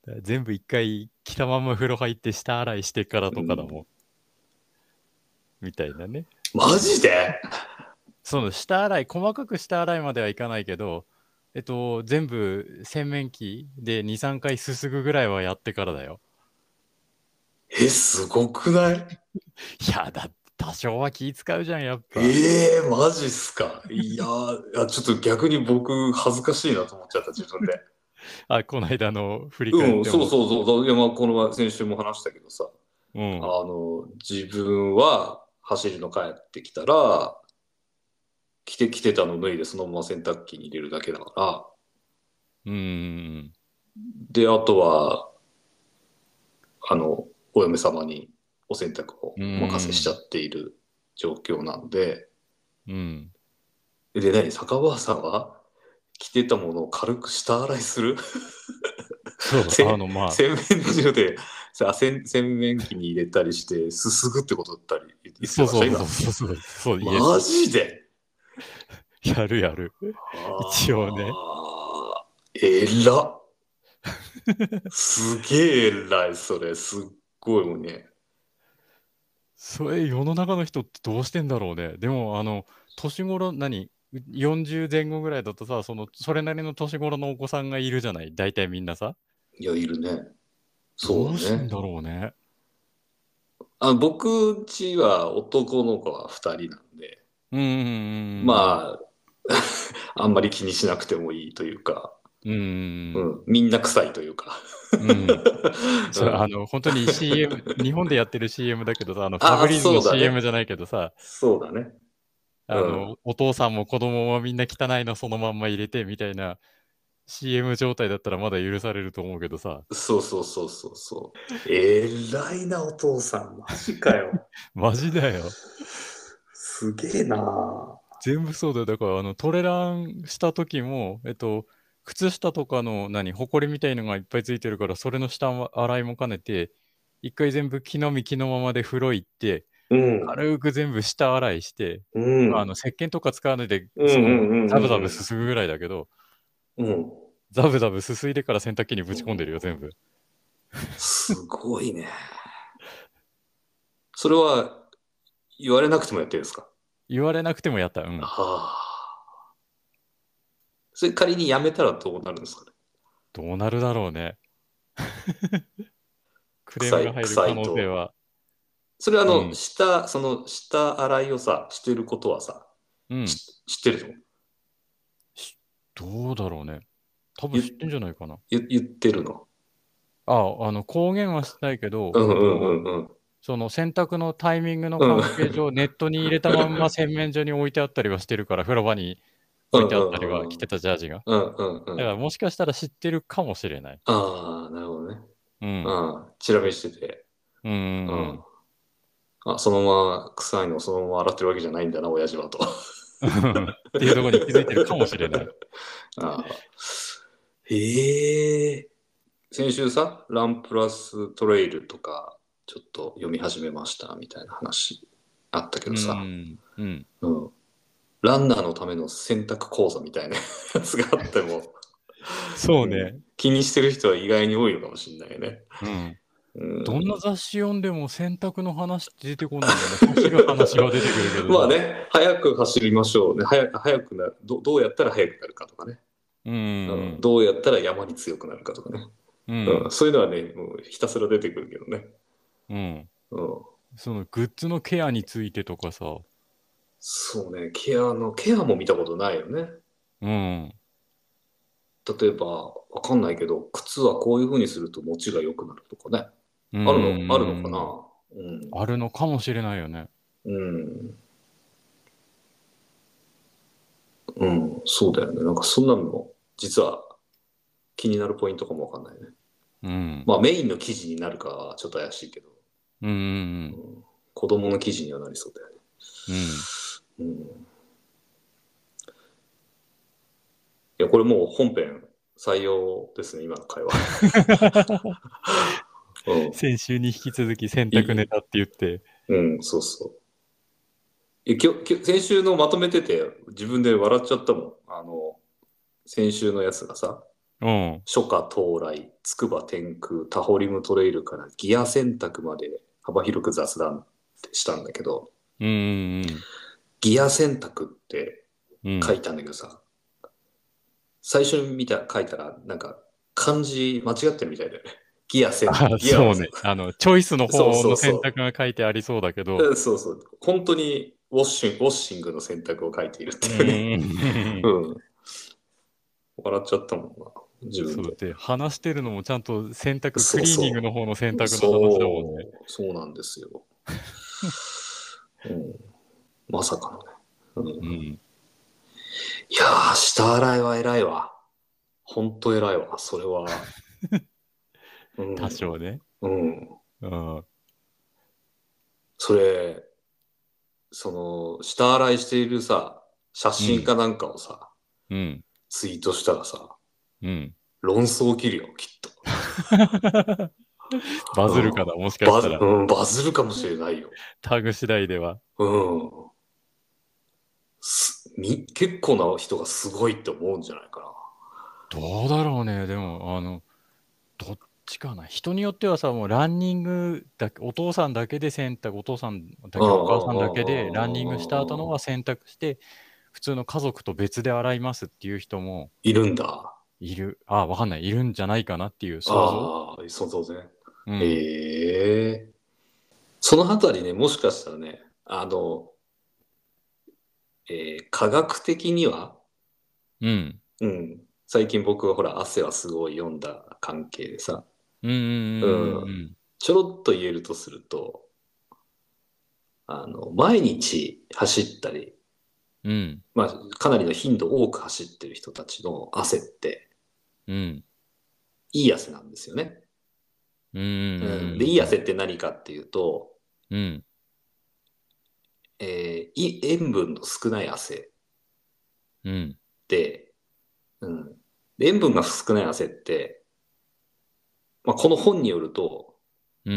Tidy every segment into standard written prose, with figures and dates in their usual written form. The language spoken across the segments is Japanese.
全部一回着たまま風呂入って下洗いしてからとかだもん。 うんみたいなね。 マジで？ その下洗い、細かく下洗いまではいかないけど、全部洗面器で2、3回すすぐぐらいはやってからだよ。 すごくない？ いや、だって多少は気使うじゃん、やっぱ。 マジっすか？いやー、ちょっと逆に僕恥ずかしいなと思っちゃった、自分で。 あ、この間の振り返っうん、 ても。 そうそうそう。いや、まあ、この前、先週も話したけどさ、 うん。 自分は走りの帰ってきたら、着てたの脱いでそのまま洗濯機に入れるだけだかうーん。 ら、で、あとは、お嫁様にお洗濯をうお任せしちゃーん。 っている状況なんで、 うん。 で、何、坂場さんは着てたものを軽く下洗いする？ そう、ま洗面所で洗面器に入れたりしてすすぐってことだったり言あ、 ってました、 そうそうそう今？ そうそう、そう、イエマス。 ジで？ やるやる。一応ね。 あえらっ。すげえ偉い、それ。すっごいもんね。 それ、世の中の人ってどうしてんだろうね。でも、年頃、40前後ぐらいだとさ、それなりの年頃のお子さんがいるじゃない。大体みんなさ。 いや、いるね。そどうだね。 うすんだろうね。 僕んちは男の子は2人なんで、 うーん。 まあ、あんまり気にしなくてもいいというか、 うーん。 みんな臭いというか。 うん。 うそう、 ん、 本当に CM、日本でやってる CM だけどさ、ファブリーズのそうだ CM ね。 じゃないけどさ、 そうだね。うん。 お父さんも子供もみんな汚いのそのまんま入れてみたいな CM 状態だったらまだ許されると思うけどさ、 そうそうそうそうそう。偉いな、お父さん。マジかよ。 マジだよ。 すげえな。 全部そうだよ。だからトレランした時も、靴下とかのホコリみたいのがいっぱいついてるから、それの下洗いも兼ねて、一回全部木の実木のままで風呂行って、 うん。 軽く全部下洗いして、 うまあ、 ん。 石鹸とか使わないで、 うんうんうんザブザうんうん。 ブすすぐぐらいだけど、 うん。 ザブザブすすいでから洗濯機にぶち込んでるよ、全部。 すごいね。それは言われなくてもやってるんですか？ 言われなくてもやった。うん。 はあ。それ仮にやめたらどうなるんですかね？ どうなるだろうね。クレームが臭い、 入る可臭いと。 能性は。 それはうん。 その下洗いをさ、してることはさ、 うん。 知ってるの？ しどうだろうね。多分言、 知ってんじゃないかな。 言ってるの？ 公言はしてないけど、 うんうんうんうん。 その洗濯のタイミングのうん。 関係上、ネットに入れたまんま洗面所に置いてあったりはしてるから、風呂場に置いてあったうんうんりは着てたジャージが。 うんうんうん。 だからもしかしたら知ってるかもしれない。 ああ、なるほどね。 うん。 うん。調べしてて。 うんうんうん。 うん。 そのまま臭いのをそのまま洗ってるわけじゃないんだな、親父はと。 っていうところに気づいてるかもしれない。 ああ。へえ。先週さ、ランプラストレイルとか、ちょっと読み始めましたみたいな話あったけうどさ、 ん。うん。 うん。ランナーのための選択講座みたいなやつがあっても、うん、 そうね。 気にしてる人は意外に多いのかもしれないね。 うん。 うん、 どんな雑誌読んでも洗濯の話って出てこないんだよね。走る話は出てくるけどさ。 まあね、早く走りましょうね。早くなるどうやったら速くなるかとかね。 うんうん、 うんどうやったら山に強くなるかとかね。 うん。ううん、 ん。 そういうのはね、もうひたすら出てくるけどね。 うん。 うん、 そのグッズのケアについてとかさ。 そうね、ケアも見たことないよね。 うん。 例えば、わかんないけど、靴はこういう風にすると持ちが良くなるとかね。 うんあるのかうん。 な？うん。 あるのかもしれないよね。 うん。うん。そうだよね。なんかそんなのも、実は気になるポイントかもわかんないね。 うん。 まあメインの記事になるかはちょっと怪しいけど、 うんうんうん、子供の記事にはなりそうだよね。 うん。うん。 うん。いや、これもう本編採用ですね、今の会話。うん。 先週に引き続き洗濯ネい、 タって言って。 うん、そうそう。先週のまとめてて自分で笑っちゃったもん。先週のやつがさ、 うん。 初夏到来、筑波天空、タホリムトレイルからギア選択まで幅広く雑談したんだけど、 うん。 ギア選択ってうん。 書いたんだけどさ、最初に書いたら、なんか漢字間違ってるみたいだよね。 あ、 ギアを、 そうね。チョイスのそう方のそうそ選択が書いてありそうだけう。 ど。 そうそう。本当にウォッシングの選択を書いているっうていうね。 ーん。 うん。笑っちゃったもんな。自分で。 そうで、話してるのもちゃんと選択、クそうリーニングのそ方の選う。 択の話だもんね。 そうなんですよ。うん。まさかのね。うん。 うん。 いやー、下洗いは偉いわ。ほんと偉いわ。それは。う多ん。 少ね。 うん。 うん。 それ、下洗いしているさ、写うん。 真かなんかをさ、 うん。 ツイートしたらさ、 うん。 論争起きるよ、きっバズるかと。 な、もしかしたら。 バズるかもしれないよ。 タグ次第では。 うん。結構な人がすごいって思うんじゃないかな。 どうだろうね。でも、どっちかな。人によってはさ、もうランニングだけ、お父さんだけで選択、お父さんだけ、 うんうんお母さんだけでランニングした後のうんうんうん。 は選択して、普通の家族と別で洗いますっていう人もいるんだ。 いる。あ、わかんない。いるんじゃないかなっていう想像。 ああ、想像ね。 うん。 へえ。そのあたりね、もしかしたらね、科学的には、 うん。 うん、最近僕はほら、汗はすごい読んだ関係でさ、 うんうんううんうん、 んちょろっと言えるとすると、毎日走ったり、 うん。うん。 まあ、かなりの頻度多く走ってる人たちの汗って、 うん。 いい汗なんですよね。 うんうん、で、いいうんうん汗って何かっていうと、 うん。うん。 塩分の少ない汗うん。 で、うん、で塩分が少ない汗って、まあ、この本によると、 うん。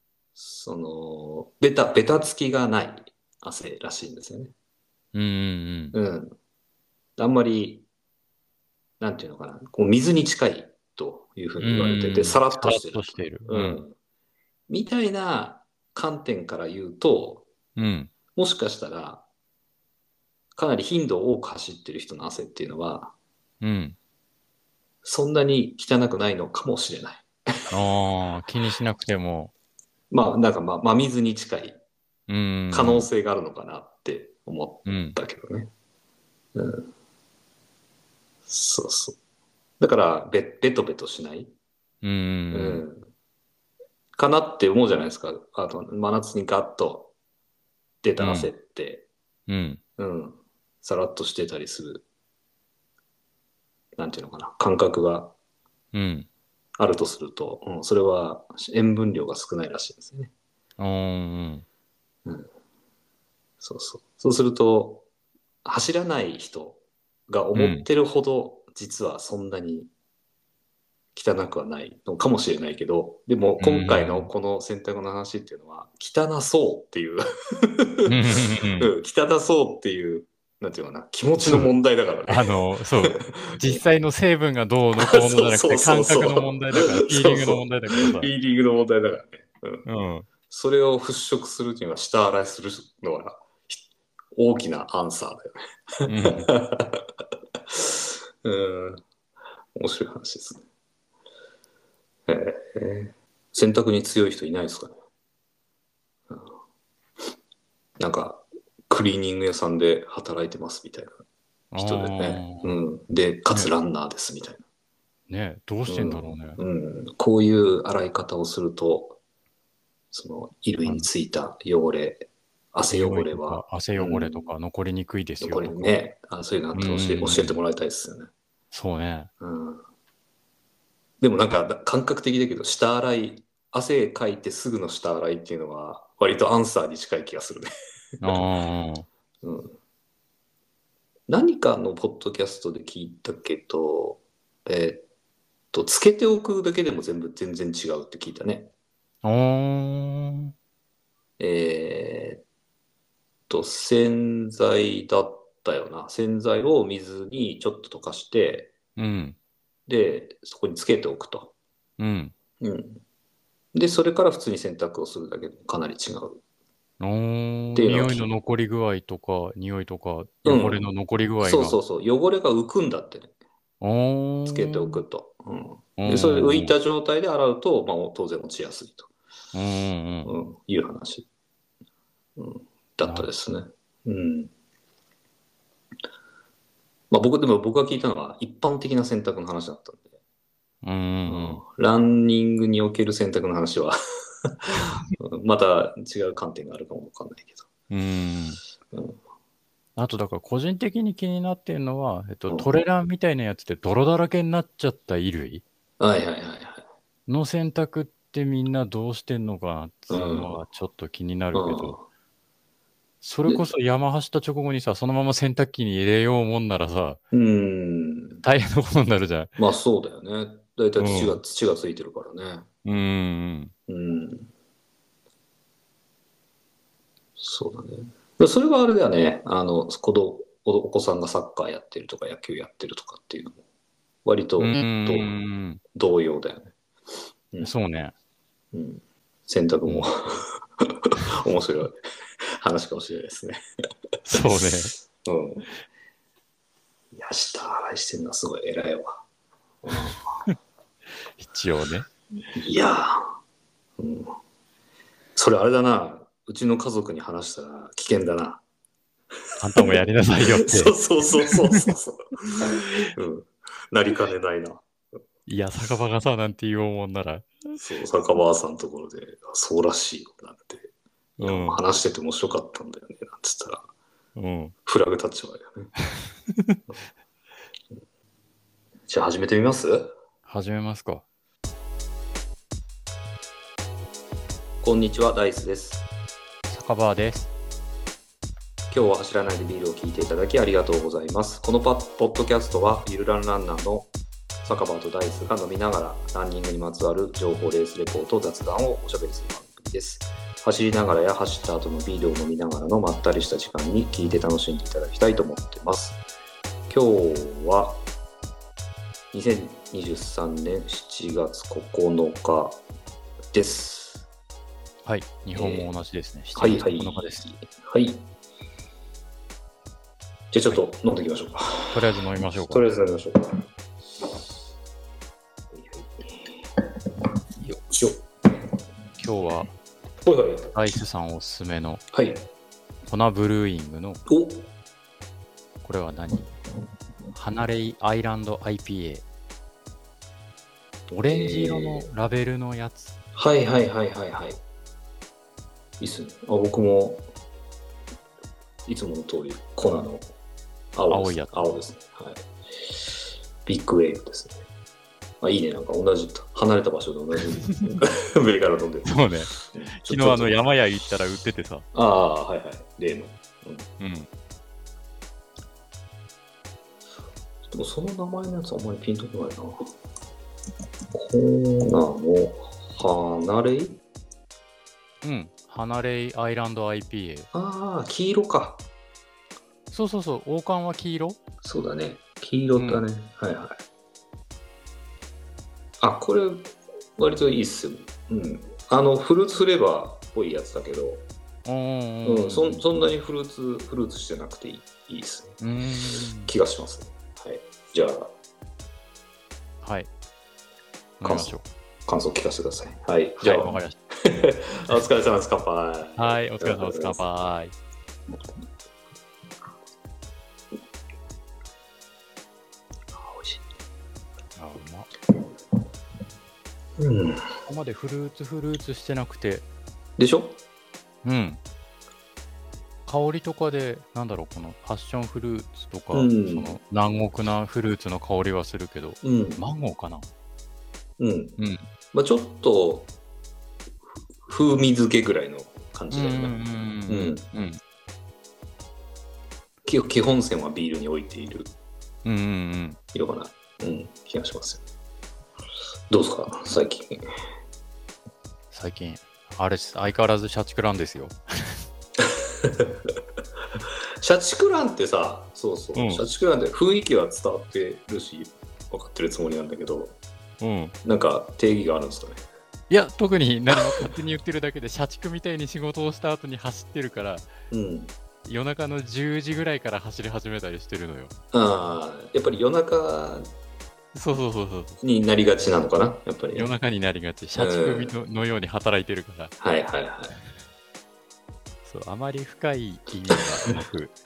ベタつきがない汗らしいんですよね。 うんうんうん。あんまり、なんていうのかな、こう水に近いというふううん。 に言われてて、 うん。 さらっさらっとしてると。 としている。うん。 うん。みたいな観点から言うと、 うん。 もしかしたら、かなり頻度を多く走ってる人の汗っていうのは、 うん。 そんなに汚くないのかもしれない。 ああ、気にしなくても。 まあ、なんか真水に近いう可能ん。 性があるのかなって思うん。 ったけどね。うん。そうそう。だから、ベトベトしない。 ううん。 ん。かなって思うじゃないですか。真夏にガッと出た汗っうん。 て、 うん。 うん。さらっとしてたりする、なんていうのかな。感覚がうん。 あるとすると、うん、それは塩分量が少ないらしいんですね。 うん。 うん。そうそう。そうすると、走らない人がうん。 思ってるほど、実はそんなに汚くはないのかもしれないけど、でもう今回のん。 この洗濯の話っていうのは、汚そうっていううん。 うん、汚そうっていう、なんていうのかな、気持ちそう。 の問題だからね。 そう。実際の成分がどうのこうのじゃなくて、 そうそうそう感覚のそう。 問題だから、フィーリングの問そうそう。 題だからさ。 フィーリングの問題だからね。うん。 うん。 それを払拭するっていうのは、下洗いするのは、大きなアンサーうん。 だよね。うん。面白い話ですね。洗濯に強い人いないですかね。なんか、クリーニング屋さんで働いてますみたいなあ人でね。うあ。 ん。で、かつね。 ランナーですみたいな。 ね。どうしてんだろうね。 うん。こういう洗い方をすると、衣類にあの、 ついた汚れ、汗匂いとか、 汚れは、 汗汚れとうん、 か残りにくいですよ残りとか。 ね、そういうのあっうたら教えてん。 もらいたいですよね。 そうね。 うん。でもなんか感覚的だけど、下洗い、汗かいてすぐの下洗いっていうのは、割とアンサーに近い気がするね。 ああ。 うん。何かのポッドキャストで聞いたけど、つけておくだけでも全然違うって聞いたね。 ああ。 えーっ洗剤だったよな。洗剤を水にちょっと溶かして、 うん。 で、そこにつけておくと。 うん。 で、それから普通に洗濯をするだけでもかなり違う。 匂いの残り具合とか、匂いとか、汚れの残り具合が。 そう。汚れが浮くんだってね。つけておくと。で、それ浮いた状態で洗うと、当然落ちやすいと。いう話、だったですね。僕が聞いたのは一般的な洗濯の話だったんで。ランニングにおける洗濯の話はまた違う観点があるかもわかんないけど。 あとだから個人的に気になってるのは、トレランみたいなやつで泥だらけになっちゃった衣類の洗濯ってみんなどうしてんのかなっていうのはちょっと気になるけど、それこそ山走った直後にさ、そのまま洗濯機に入れようもんならさ、大変なことになるじゃん。 まあそうだよね。だいたい土がついてるからね。そうだね。それはあれだよね。お子さんがサッカーやってるとか野球やってるとかっていうのも割と同様だよね。 そうね。 洗濯も面白い話かもしれないですね。 そうね。 いや、下洗いしてるのはすごい偉いわ。 一応ね。 いやそれあれだな。うちの家族に話したら危険だな。 あんたもやりなさいよって。 そう。なりかねないな。 いや、酒場がさ、なんて言おうもんなら。 そう、酒場さんのところで、そうらしいよ、なんて。話してて面白かったんだよね、なんつったら。フラグ立っちゃうよね。じゃあ始めてみます？ 始めますか。 こんにちは、ダイスです。 酒場です。 今日は走らないでビールを聞いていただきありがとうございます。このポッドキャストはゆるランランナーの酒場とダイスが飲みながらランニングにまつわる情報、レースレポート、雑談をおしゃべりする番組です。走りながらや走った後のビールを飲みながらのまったりした時間に聞いて楽しんでいただきたいと思っています。今日は2023年7月9日です。 はい、日本も同じですね。7月9日です。 はい。じゃあちょっと飲んでいきましょうか。 とりあえず飲みましょうか。今日はダイスさんおすすめの粉ブルーイングのこれは何？ハナレイアイランド IPA、オレンジ色のラベルのやつ。 はい。いいっすね。僕もいつもの通り粉の青いやつ。青ですね。はい。ビッグウェーブですね。いいね、なんか同じ、離れた場所で同じ上から飲んでる。 そうね。昨日山屋行ったら売っててさ。 例の。でもその名前のやつあんまりピンとこないな。コーナーのハナレイ？ ハナレイアイランド IPA。 黄色か。 そう。王冠は黄色？ そうだね。黄色だね。これ割といいっすよ。フルーツフレーバーっぽいやつだけど、そんなにフルーツしてなくていいですね。気がしますね。はい。じゃあ、 はい。感想聞かせてください。はい。じゃあ、 わかりました。 お疲れ様です。乾杯。 はい、お疲れ様です。乾杯。 美味しい。 うま。ここまでフルーツしてなくて。 でしょ？ 香りとかで、このパッションフルーツとか、その南国なフルーツの香りはするけど、マンゴーかな？ ちょっと風味付けぐらいの感じだよね。基本線はビールに置いている色かな、気がしますよ。どうですか最近あれです。相変わらず社畜なんですよ。 社畜なんてさ、社畜なんて雰囲気は伝わってるし、 分かってるつもりなんだけど、 うん。 なんか定義があるんですかね。 いや、特に何も勝手に言ってるだけで、社畜みたいに仕事をした後に走ってるから、 うん。 夜中の10時ぐらいから走り始めたりしてるのよ。 ああ、やっぱり夜中そうそうそうそう。 になりがちなのかな、やっぱりね。 夜中になりがち。社畜のように働いてるから。 はいはいはい。 そう、あまり深い意味はなく。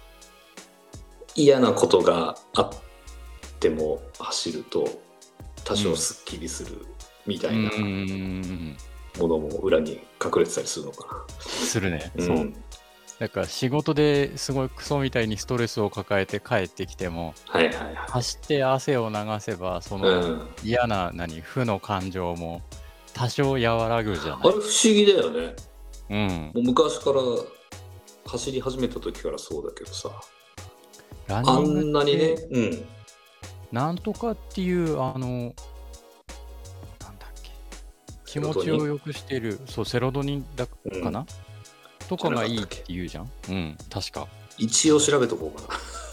嫌なことがあっても走ると多少スッキリするみたいなものも裏に隠れてたりするのかな。 するね。そう。だから仕事ですごいクソみたいにストレスを抱えて帰ってきても、走って汗を流せば、その嫌な負の感情も多少和らぐじゃない。 あれ不思議だよね。 うん。 もう昔から走り始めた時からそうだけどさ。 ランニングってあんなにね、 なんとかっていうなんだっけ、気持ちを良くしてる、そうセロトニンだかな、とかがいいって言うじゃん。うん、確か。 一応調べとこうか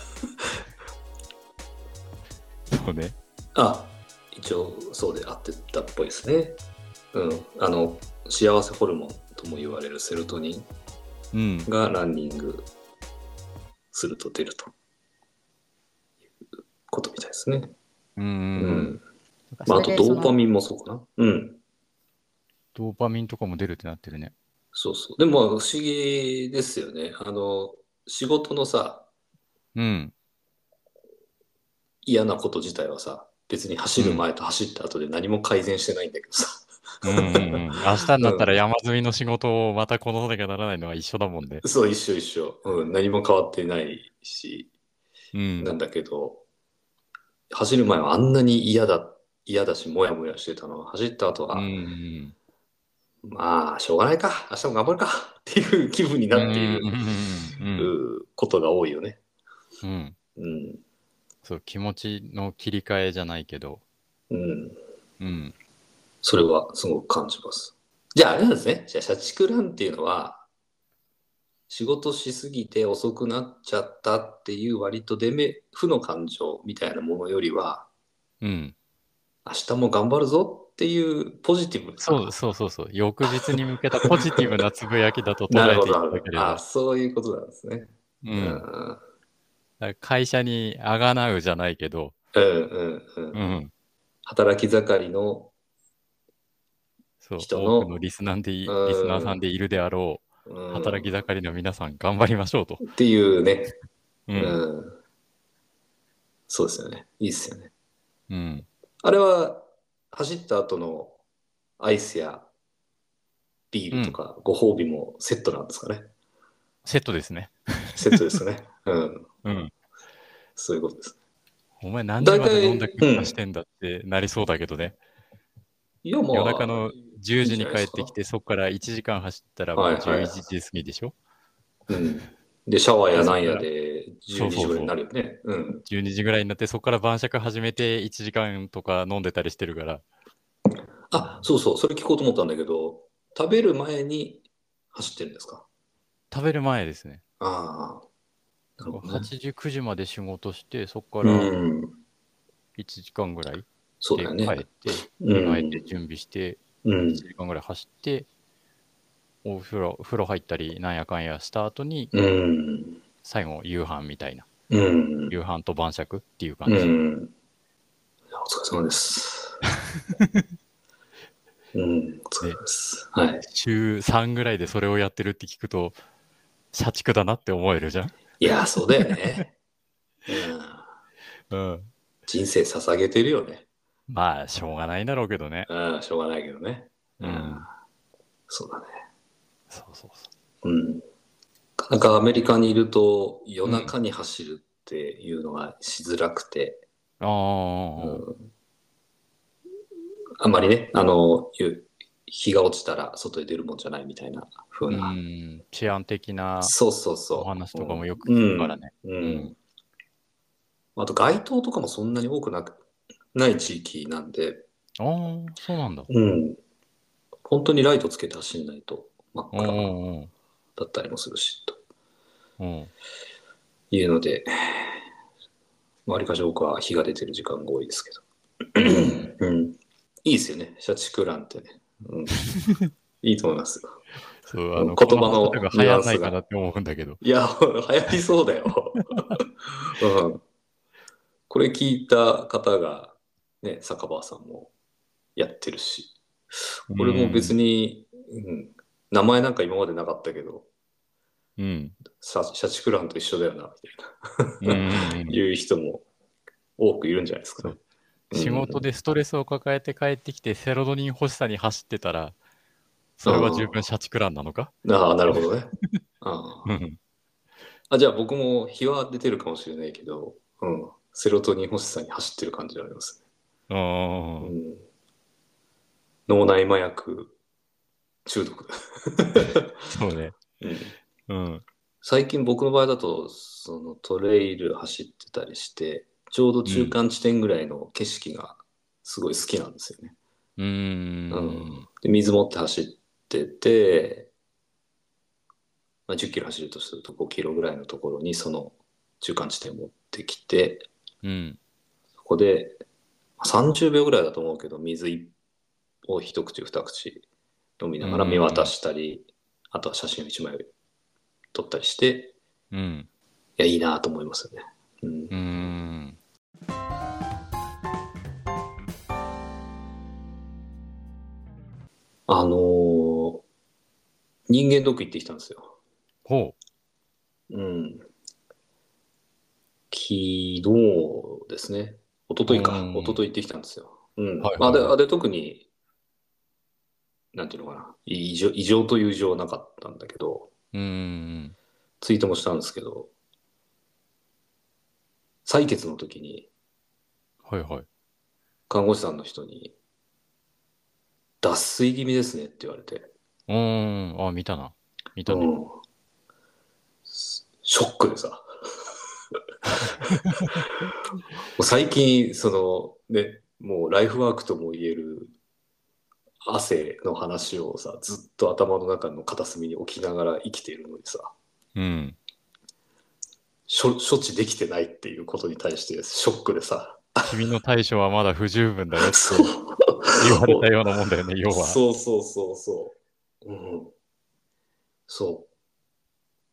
な。そうね。 あ、一応そうであってたっぽいですね。幸せホルモンとも言われるセロトニンがランニングすると出るということみたいですね。まあ、あとドーパミンもそうかな。 ドーパミンとかも出るってなってるね。 そうそう。でも不思議ですよね。仕事のさ、嫌なこと自体はさ、別に走る前と走った後で何も改善してないんだけどさ。 明日になったら山積みの仕事をまたこなさなきゃならないのは一緒だもんね。 そう、一緒。何も変わってないし、なんだけど、走る前はあんなに嫌だし、もやもやしてたのは、走った後は、まあ、しょうがないか、明日も頑張るかっていう気分になっていることが多いよね。 そう、気持ちの切り替えじゃないけど。 それはすごく感じます。じゃああれなんですね。じゃあ社畜ランっていうのは、仕事しすぎて遅くなっちゃったっていう割と負の感情みたいなものよりは、明日も頑張るぞっていうポジティブな。そう。翌日に向けたポジティブなつぶやきだと捉えていただければ。 そういうことなんですね。 会社にあがなうじゃないけど。 働き盛りの人の多くのリスナーさんでいるであろう働き盛りの皆さん頑張りましょうと。 っていうね。そうですよね。いいですよね。あれは走った後のアイスやビールとかご褒美もセットなんですかね。 セットですね。 セットですね。そういうことです。 お前何時まで飲んだくらしてんだってなりそうだけどね。夜中の10時に帰ってきて、そこから1時間走ったらもう11時過ぎでしょ。 で、シャワーやなんやで12時ぐらいになるよね。 12時ぐらいになって、そこから晩酌始めて1時間とか飲んでたりしてるから。 あ、そう、それ聞こうと思ったんだけど、食べる前に走ってるんですか？ 食べる前ですね。 ああ。8時、9時まで仕事して、そこから1時間ぐらいで帰って、着替えて準備して、1時間ぐらい走って、お風呂入ったりなんやかんやした後に、最後夕飯みたいな、夕飯と晩酌っていう感じ。 お疲れ様です。お疲れ様です。 週3ぐらいでそれをやってるって聞くと社畜だなって思えるじゃん。 いや、そうだよね。人生捧げてるよね。 まあしょうがないんだろうけどね。 しょうがないけどね。そうだね。 そう。 なかなかアメリカにいると夜中に走るっていうのがしづらくて、あんまりね、日が落ちたら外へ出るもんじゃないみたいな風な。 治安的なお話とかもよく聞くからね。 あと街灯とかもそんなに多くない地域なんで。 そうなんだ。 本当にライトつけて走んないと真っ暗だったりもするしというので、 わりかし僕は日が出てる時間が多いですけど。 うんうん。いいですよね、社畜欄ってね。うん、いいと思いますよ。 そう、 言このハッシュタグ葉のニ流行んないュアンスが。 かなって思うんだけど。 いや、流行りそうだよ。うん。これ聞いた方が、ね、坂場さんもやってるし、 う俺も別ん。 に、うん、名前なんか今までなかったけど、 うん。 社畜欄と一緒だよな、 うんうんみたいな、 うん。 いう人も多くいるんじゃないですかね。 そう。 う仕事ん。 でストレスを抱えて帰ってきてセロトニン欲しさに走ってたら、それは十分あ社畜欄なのか？ あ、なるほどね。あうん。 あ、じゃあ僕も日は出てるかもしれないけど、うん。セロトニン欲しさに走ってる感じがありますあね。うあ、 ん。脳内麻薬中毒だ。 そうね。 うん。 うん。 最近僕の場合だと、そのトレイル走ってたりして、ちょうどうん。 中間地点ぐらいの景色がすごい好きなんですよね。 うーうん。 ん。 で、水持って走ってて、まあ、10キロ走るとすると5キロぐらいのところにその中間地点を持ってきて、 うん。 そこで30秒ぐらいだと思うけど、水を一口二口飲みうながら見渡ん。 したり、あとは写真を一枚撮ったりして、 うん。 いや、いいなと思いますよね。うん。 うん。 あのー人間ドック行ってきたんですよ。 ほうん。昨日ですね。一う。う昨日か。一昨ん。 日行ってきたんですよ。うん。 はいはいはい。 で特に、なんていうのかな。異常という異常はなかったんだけど、 うん。 ツイートもしたんですけど、採血の時にはいはい。 看護師さんの人に、脱水気味ですねって言われて、 うーん。あ、見たな。見たね。 うん。ショックでさ。もう最近、もうライフワークとも言える汗の話をさ、ずっと頭の中の片隅に置きながら生きているのにさ、 うん。 処置できてないっていうことに対してショックでさ、 君の対処はまだ不十分だよっそて言われたう、 ようなもんだよね、要は。 そうそうそうそう、うん、そう。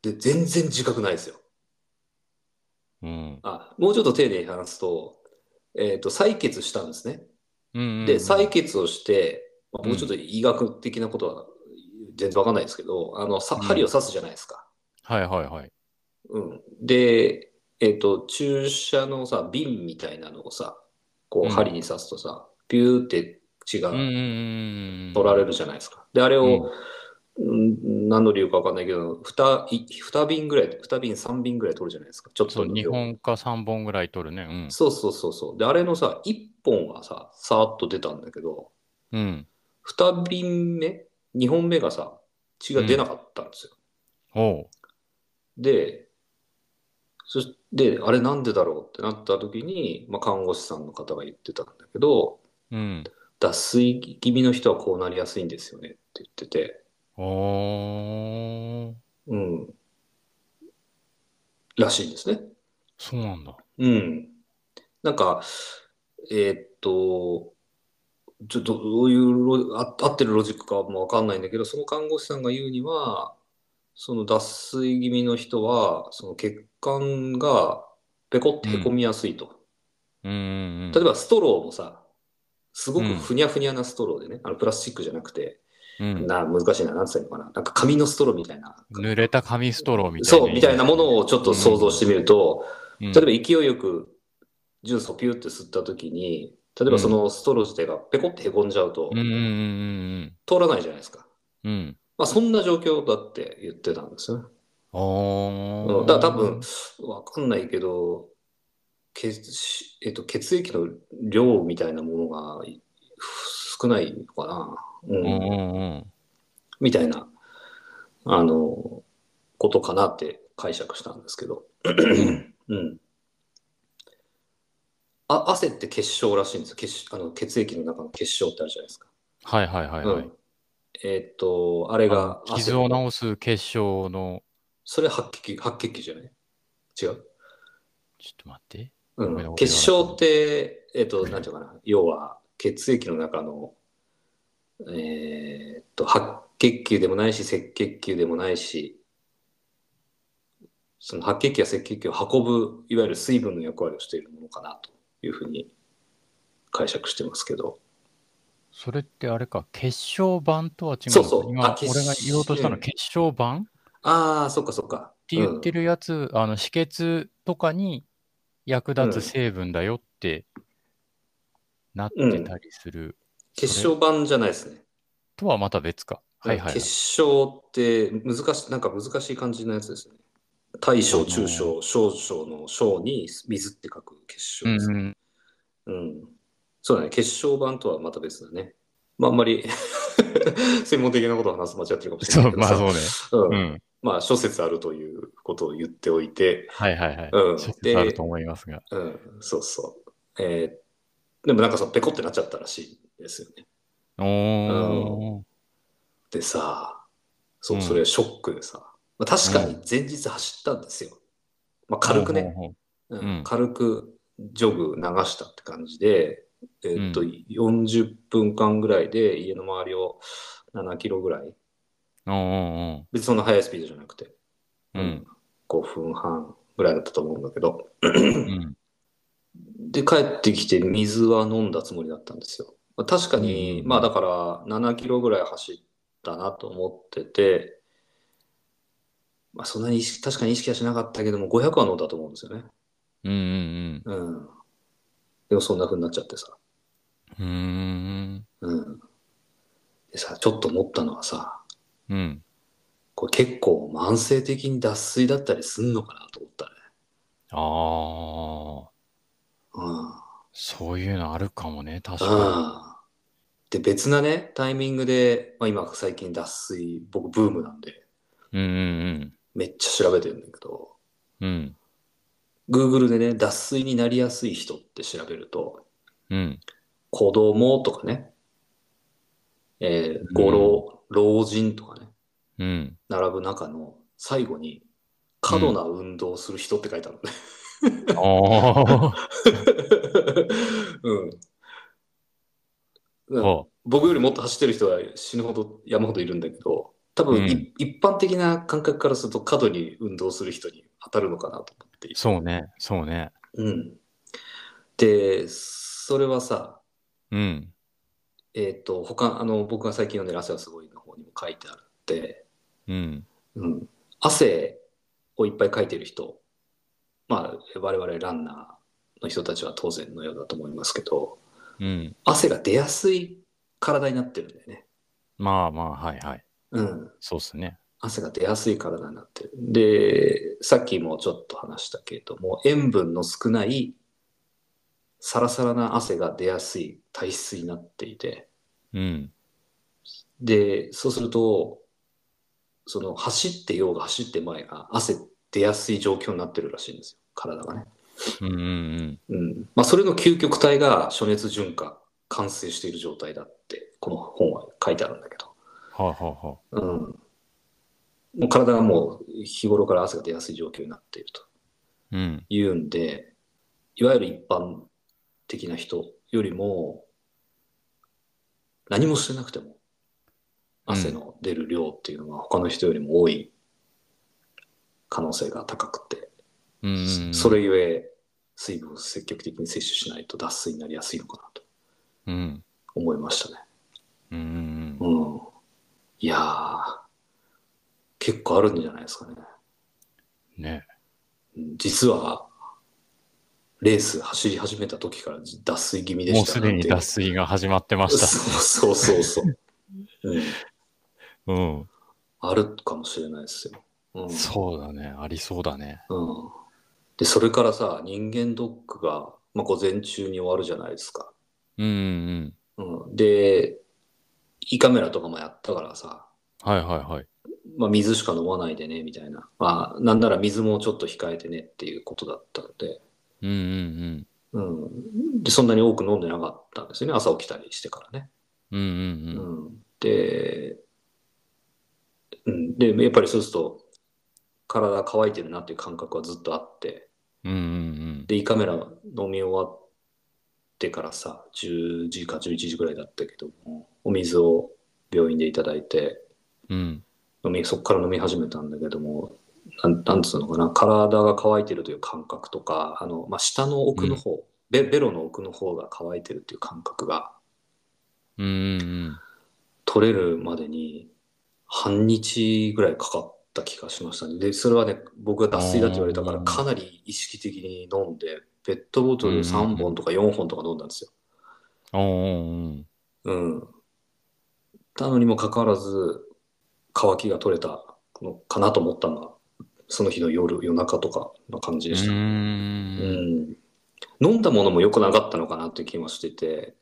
で、全然自覚ないですよ。 うん。 もうちょっと丁寧に話すと、採血したんですね。 うんうで、採ん血をして、まあ、 うん。うん。 僕ちょっと医学的なことは全然わかんないですけど、 うん。 針を刺すじゃないですか。 はいはいはい。 うん。で、注射のさ、瓶みたいなのをさ、こうん。 う針に刺すとさ、ピューって血うんうんが取られうんるじゃないですか。で、あれを、 うんうん。 何の理由かわかんないけど、2瓶ぐらい、2瓶、3瓶ぐらい取るじゃないですか。ちょっそう、 との量。 2本か3本ぐらい取るね。 そうそうそうそう。で、あれのさ、1本はさ、さーっと出たんだけど、 うん。うん。 2瓶目、2本目がさ、血うん。 が出なかったんですよ。 おう。 で、あれなんでだろうってなった時に、まあ、看護師さんの方が言ってたんだけど、 うん。 脱水気味の人はこうなりやすいんですよねって言ってて、 おー。 うん、らしいんですね。 そうなんだ。 うん。なんか、えーっと、ちょっとどういう合ってるロジックかもわかんないんだけど、その看護師さんが言うには、その脱水気味の人は、その血管がペコってうん。 へこみやすいと。 うんうん例えばストローもさ、すごくうん。 ふにゃふにゃなストローでね、プラスチックじゃなくて、 うん。 難しいな、なんつったらいいのかな。なんか紙のストローみたいな、 濡れた紙ストローみたいそう、 なみたいなもイメージだね。 のをちょっと想像してうん。 みると、 うん。 例えば勢いよくジュースをピューって吸った時に、例えばそうん。 のストロー自体がペコってへこんじゃうと、 うんうんうん通らないじゃないですか。 うんうん。うん。 まあそんな状況だって言ってたんですよね。 おだから多分、 ー。 わかんないけど、血液の量みたいなものが少ないのかな。ううんうん。 んうん。 みたいな、あの、ことかなって解釈したんですけど。 うん。 うん。汗って結晶らしいんですよ。血液の中の結晶ってあるじゃないですか。 はいはいはいはい。 うん。あれが汗傷をで、 治す結晶の、 それ白血球じゃない？違う？ ちょっと待って。 血小って、なんていうかな、要は血液の中の、白血球でもないし、赤血球でもないし、その白血球や赤血球を運ぶ、いわゆる水分の役割をしているものかなというふうに解釈してますけど。 それってあれか、血小板とは違うのか。 そうそう。 今、俺が言おうとしたのは血小板っああ、そっかそっか。 て言ってるやつ、止血とかに役立つ成分だよってなってたりする。 血小板じゃないですね。 とはまた別か。はいはい、はい。 血小ってなんか難しい感じのやつですね。大小、中小、小小の小に水って書く血小ですね。そうだね。血小板とはまた別だね。まあ、あんまり専門的なことを話す間違ってるかもしれないけどさ。 そう、まあそうね。 まあ諸説あるということを言っておいて。 はいはいはい。諸説あると思いますが。 そうそう。でもなんかペコってなっちゃったらしいですよね。でさ、それショックでさ。確かに前日走ったんですよ。まあ、軽くね。軽くジョグ流したって感じで、40分間ぐらいで家の周りを7キロぐらい。別にそんな速いスピードじゃなくて、5分半ぐらいだったと思うんだけど。で、帰ってきて水は飲んだつもりだったんですよ。確かに、まあだから7キロぐらい走ったなと思ってて、まあそんなに確かに意識はしなかったけども、500は飲んだと思うんですよね。でもそんな風になっちゃってさ。でさ、ちょっと思ったのはさ、これ結構慢性的に脱水だったりすんのかなと思ったね。 そういうのあるかもね、確かに。で、別なね、タイミングで、まあ今最近脱水、僕ブームなんで、めっちゃ調べてるんだけど、Google でね、脱水になりやすい人って調べると、子供とかね、老人とかね、並ぶ中の最後に、過度な運動をする人って書いてあるのね。僕よりもっと走ってる人は死ぬほど山ほどいるんだけど、多分、一般的な感覚からすると過度に運動する人に当たるのかなと思っていて。 そうね。 で、それはさ、僕が最近読んでる汗はすごいの方にも書いてあるって、汗をいっぱいかいてる人、まあ、我々ランナーの人たちは当然のようだと思いますけど、汗が出やすい体になってるんだよね。 まあまあ、はいはい。そうっすね。 汗が出やすい体になってる。で、さっきもちょっと話したけれども、塩分の少ないサラサラな汗が出やすい体質になっていて、で、そうすると、その走ってようが走ってまいが汗出やすい状況になってるらしいんですよ、体がね。まあ、それの究極体が暑熱順化、完成している状態だって、この本は書いてあるんだけど。もう体がもう日頃から汗が出やすい状況になっていると。いうんで、いわゆる一般的な人よりも、何もしてなくても、汗の出る量っていうのは他の人よりも多い可能性が高くて、それゆえ水分を積極的に摂取しないと脱水になりやすいのかなと思いましたね。いやー、結構あるんじゃないですかね。実はレース走り始めた時から脱水気味でしたもうすでに脱水が始まってました。 そう。あるかもしれないですよ。 そうだね。ありそうだね。 で、それからさ、人間ドックが、まあ、午前中に終わるじゃないですか。で、胃カメラとかもやったからさ、まあ、水しか飲まないでね、みたいな。まあ、なんなら水もちょっと控えてねっていうことだったので、で、そんなに多く飲んでなかったんですよね、朝起きたりしてからね。で、やっぱりそうすると、体乾いてるなっていう感覚はずっとあって、で、 で、胃カメラ飲み終わってからさ、10時か11時ぐらいだったけども、お水を病院でいただいて、 うん。 そこから飲み始めたんだけども、なんつうのかな、体が乾いてるという感覚とか、下の奥の方、ベロの奥の方が乾いてるっていう感覚がうん。うん。 取れるまでに半日ぐらいかかった気がしましたね。で、それはね、僕が脱水だって言われたから、かなり意識的に飲んで、ペットボトル3本とか4本とか飲んだんですよ。うん。たのにもかかわらず、乾きが取れたのかなと思ったのが、その日の夜中とかの感じでしたね。うん。飲んだものも良くなかったのかなっていう気もしてて、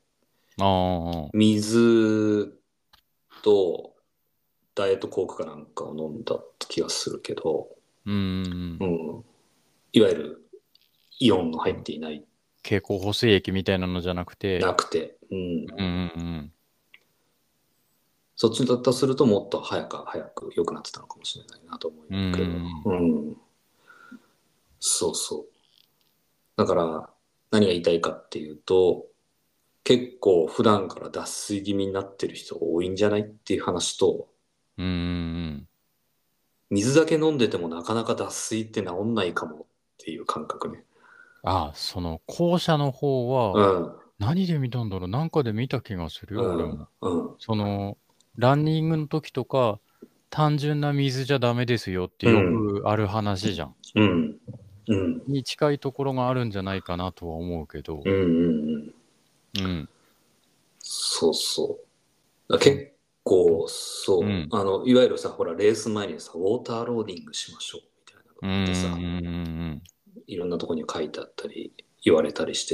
水とダイエットコークかなんかを飲んだ気がするけど、いわゆるイオンの入っていない。 経口補水液みたいなのじゃなくて。 そっちだったとするともっと早く良くなってたのかもしれないなと思うけど。そうそう。だから何が言いたいかっていうと、結構普段から脱水気味になってる人が多いんじゃないっていう話と、水だけ飲んでてもなかなか脱水って治んないかもっていう感覚ね。 その後者の方は、何で見たんだろう、なんかで見た気がするよ、俺も。その、ランニングの時とか、単純な水じゃダメですよってよくある話じゃん。に近いところがあるんじゃないかなとは思うけど。 そうそう。結構、そう、いわゆるさ、ほら、レース前にさ、ウォーターローディングしましょうみたいなのってさ、いろんなとこに書いてあったり、言われたりしてって、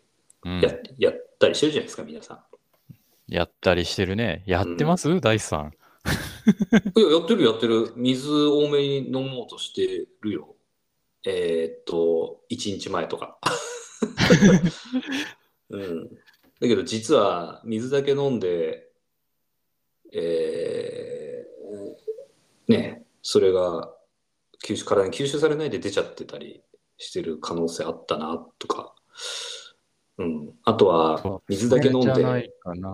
やったりしてるじゃないですか、皆さん。 やったりしてるね。やってます、大地さん。 いや、やってる。水多めに飲もうとしてるよ。1日前とか。だけど実は水だけ飲んで、それが体に吸収されないで出ちゃってたりしてる可能性あったなとか。あとは水だけ飲んで、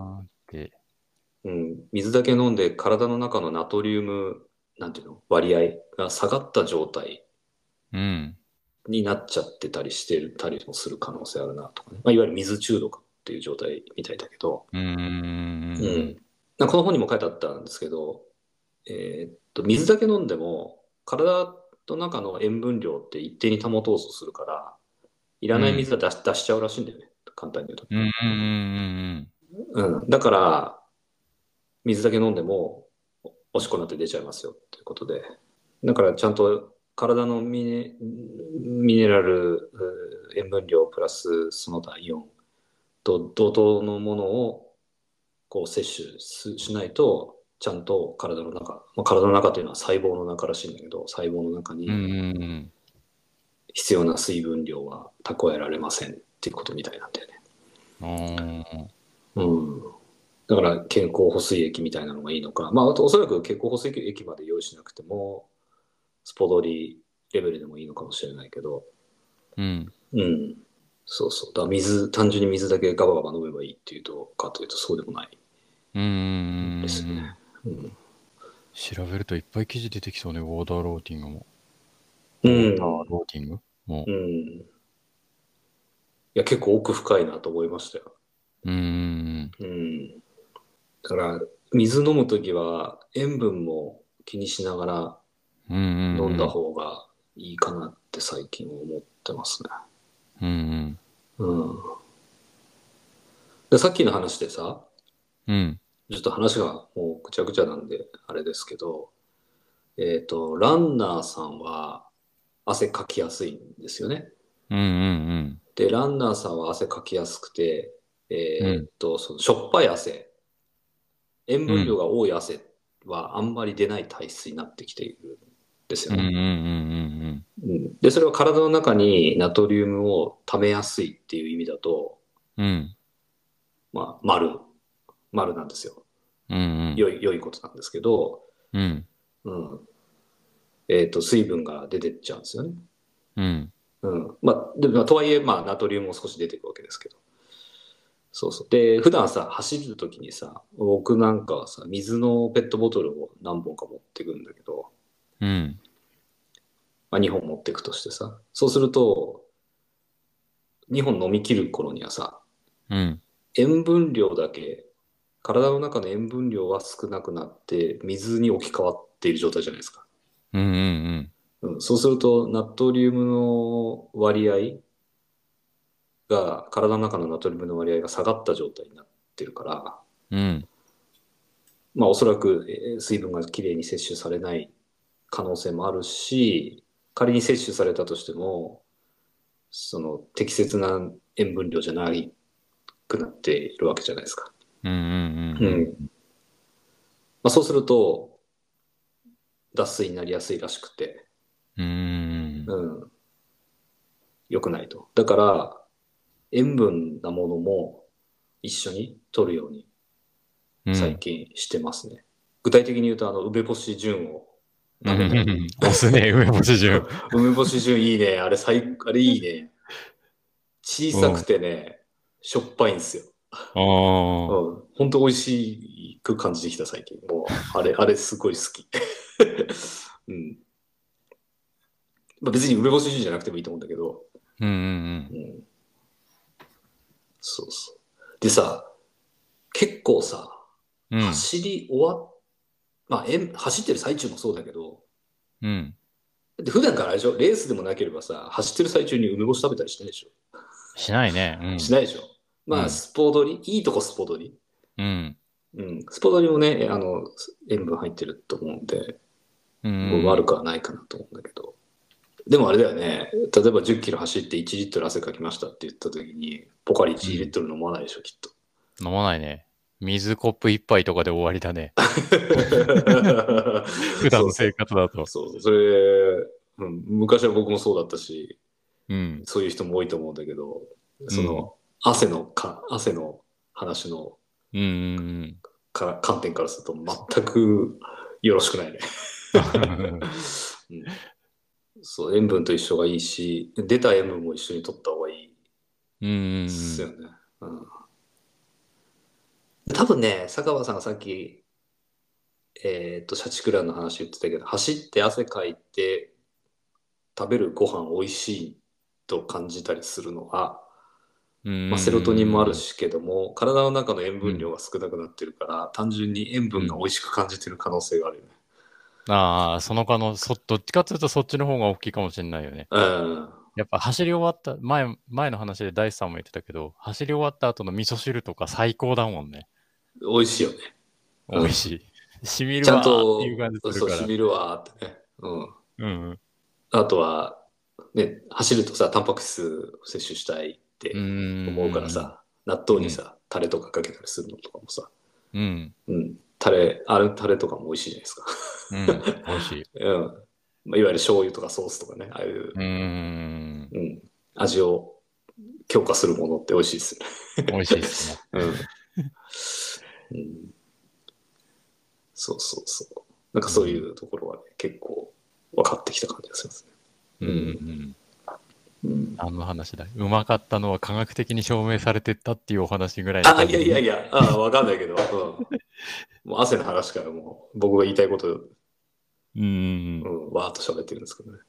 水だけ飲んで体の中のナトリウム、なんていうの、割合が下がった状態になっちゃってたりしてたりもする可能性あるなとかね。いわゆる水中毒っていう状態みたいだけど、この本にも書いてあったんですけど、水だけ飲んでも体の中の塩分量って一定に保とうとするから、いらない水は出しちゃうらしいんだよね。簡単に言うと。だから、水だけ飲んでもおしっこになって出ちゃいますよっていうことで。だからちゃんと体のミネラル、塩分量プラスその他イオンと同等のものをこう摂取しないと、ちゃんと体の中、体の中というのは細胞の中らしいんだけど、細胞の中に必要な水分量は蓄えられませんっていうことみたいなんだよね。だから経口補水液みたいなのがいいのか、おそらく経口補水液まで用意しなくても、スポドリレベルでもいいのかもしれないけど、そうそう。だから単純に水だけガバガバ飲めばいいっていうとかというとそうでもないですね。 調べるといっぱい記事出てきそうね、ウォーターローティングも。ウォーターローティングも。 いや、結構奥深いなと思いましたよ。だから、水飲むときは塩分も気にしながら飲んだ方がいいかなって最近思ってますね。でさっきの話でさ、ちょっと話がもうぐちゃぐちゃなんであれですけど、ランナーさんは汗かきやすいんですよね。で、ランナーさんは汗かきやすくて、そのしょっぱい汗、塩分量が多い汗はあんまり出ない体質になってきているんですよね。で、それは体の中にナトリウムを溜めやすいっていう意味だと、丸なんですよ。良いことなんですけど、水分が出てっちゃうんですよね。 まあ、でもとはいえ、まあ、ナトリウムも少し出てくるわけですけど。そうそう。で、普段さ、走るときにさ、僕なんかはさ、水のペットボトルを何本か持ってくんだけど、 うん。 まあ、2本持ってくとしてさ、そうすると、2本飲み切る頃にはさ、 うん。 塩分量だけ、体の中の塩分量は少なくなって、水に置き換わっている状態じゃないですか。 うんうんそうすると、ナトリウムの割合が、体の中のナトリウムの割合が下がった状態になってるから、 うん。うん。 まあおそらく水分がきれいに摂取されない可能性もあるし、仮に摂取されたとしても、その適切な塩分量じゃないくなっているわけじゃないですか。 うんうんうん。まあ、そうすると、脱水になりやすいらしくて、 うん。うんうん、良くないと。だから、塩分なものも一緒に取るように最うん。 近してますね。具体的に言うと、梅干し純をうん。 食べたり、 押すね、梅干し順。 梅干し純いいね。あれいいね。小さくうん。 てね、しょっぱいんですよ。 ああ。 本当美味しく感じてきた最近。もう、あれすごい好き。うん。まあ、別に梅干し純じゃなくてもいいと思うんだけど、 うんうんうん。そうそう。でさ、結構さ、 うん。うん。 走り終わっ、まあ、走ってる最中もそうだけど、 うん。 だって普段からあれでしょ、レースでもなければさ、走ってる最中に梅干し食べたりしないでしょ。 しないね。うん。 しないでしょ。まあ、 うん。 スポドリ、いいとこスポドリ。 うん。 うん。スポドリもね、塩分入ってると思うんで、 うん。 悪くはないかなと思うんだけど。でもあれだよね、例えば10キロ走って1リットル汗かきましたって言った時に、ポカリ1リッうん。 トル飲まないでしょ、きっと。 飲まないね。水コップ一杯とかで終わりだね。普段の生そうそう。 活だと。 そうそう。それ、昔は僕もそうだったし、 うん。 そういう人も多いと思うんだけど、 うん。 その、汗の話のうんうん観点からすると全くよろしくないね。 うん。 うん、そう、塩分と一緒がいいし、出た塩分も一緒に取った方がいいでうんうんすよね。多分ね、坂場さんがさっき、社畜ランの話言ってたけど、走って汗かいて食べるご飯美味しいと感じたりするのは、 うん。うんまあ、セロトニンもあるうんしけども、体の中の塩うん。うん。 分量が少なくなってるから、単純に塩分がうん。 美味しく感じてる可能性があるよね。 ああ、その可能、どっちかっていうとそっちの方が大きいかもしれないよね。 うん。 やっぱ走り終わった、前の話で大地さんも言ってたけど、走り終わった後の味噌汁とか最高だもんね。 美味しいよね。うん。 美味しい。しみちゃんるわーっていうと、 感じするそう、 から。 しみるわーってね。うん。 うんうん。 あとは、ね、走るとさ、タンパク質摂取したいっうーて思うからん。 さ、納豆うん。 にさ、タレとかかけたりするのとかもさ、 うん。 うん。タレとかも美味しいじゃないですか。 うん。美味しい。 うん。まあ、いわゆる醤油とかソースとかね、ああいう、 うーん。 うん、味を強化するものって美味しいですよね。 美味しいっすね。 うん。うん、そうそうそう。なんかそういうん。 うところはね、結構分かってきた感じがしますね。 うんうんうん。 うん。 何の話だうまかったのは科学的に証明されてったっていうお話ぐらいなあ、い感じで。 やいやいや、わかんないけど、もう汗の話からもう僕が言いたいこと、 うんうんうん。 わーっと喋ってるんですけどね。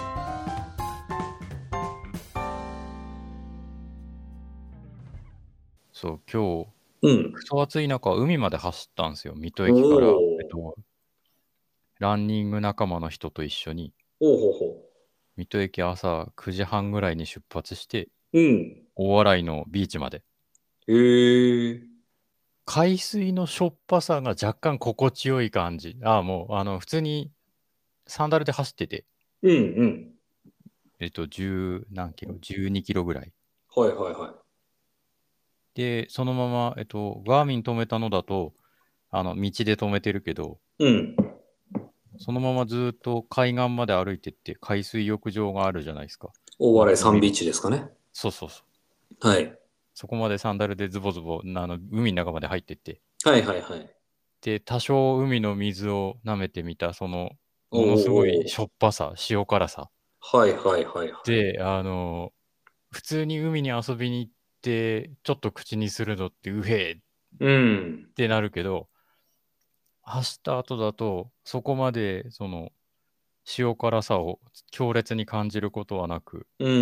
そう、今日、 うん。 クソ暑い中、海まで走ったんですよ。水戸お駅から、 ー。 ランニング仲間の人と一緒に、 おうほうほ水戸駅朝9時半ぐらいに出発して、 う。うん。 大洗のビーチまで。 へえ。 海水のしょっぱさが若干心地よい感じ。ああ、もう、普通にサンダルで走ってて、 うんうん。 10何キロ ?12 キロぐらい。 はいはいはで、そのまま、ガーミン止めたのだと、道で止めてるけど、 い。うん。 そのままずっと海岸まで歩いてって、海水浴場があるじゃないですか。 大洗サンビー海の。 チですかね。 そうそうそう。 はい。 そこまでサンダルでズボズボ、海の中まで入ってって、 はいはいはい。 で、多少海の水を舐めてみた、その、 おものすごいおしょっぱさ、塩辛さ。 はいはいはいはい。 で、普通に海に遊びに行って、ちょっと口にするのってうへーっうん。 てなるけど、走った後だと、そこまで、塩辛さを強烈に感じることはなく、 うん。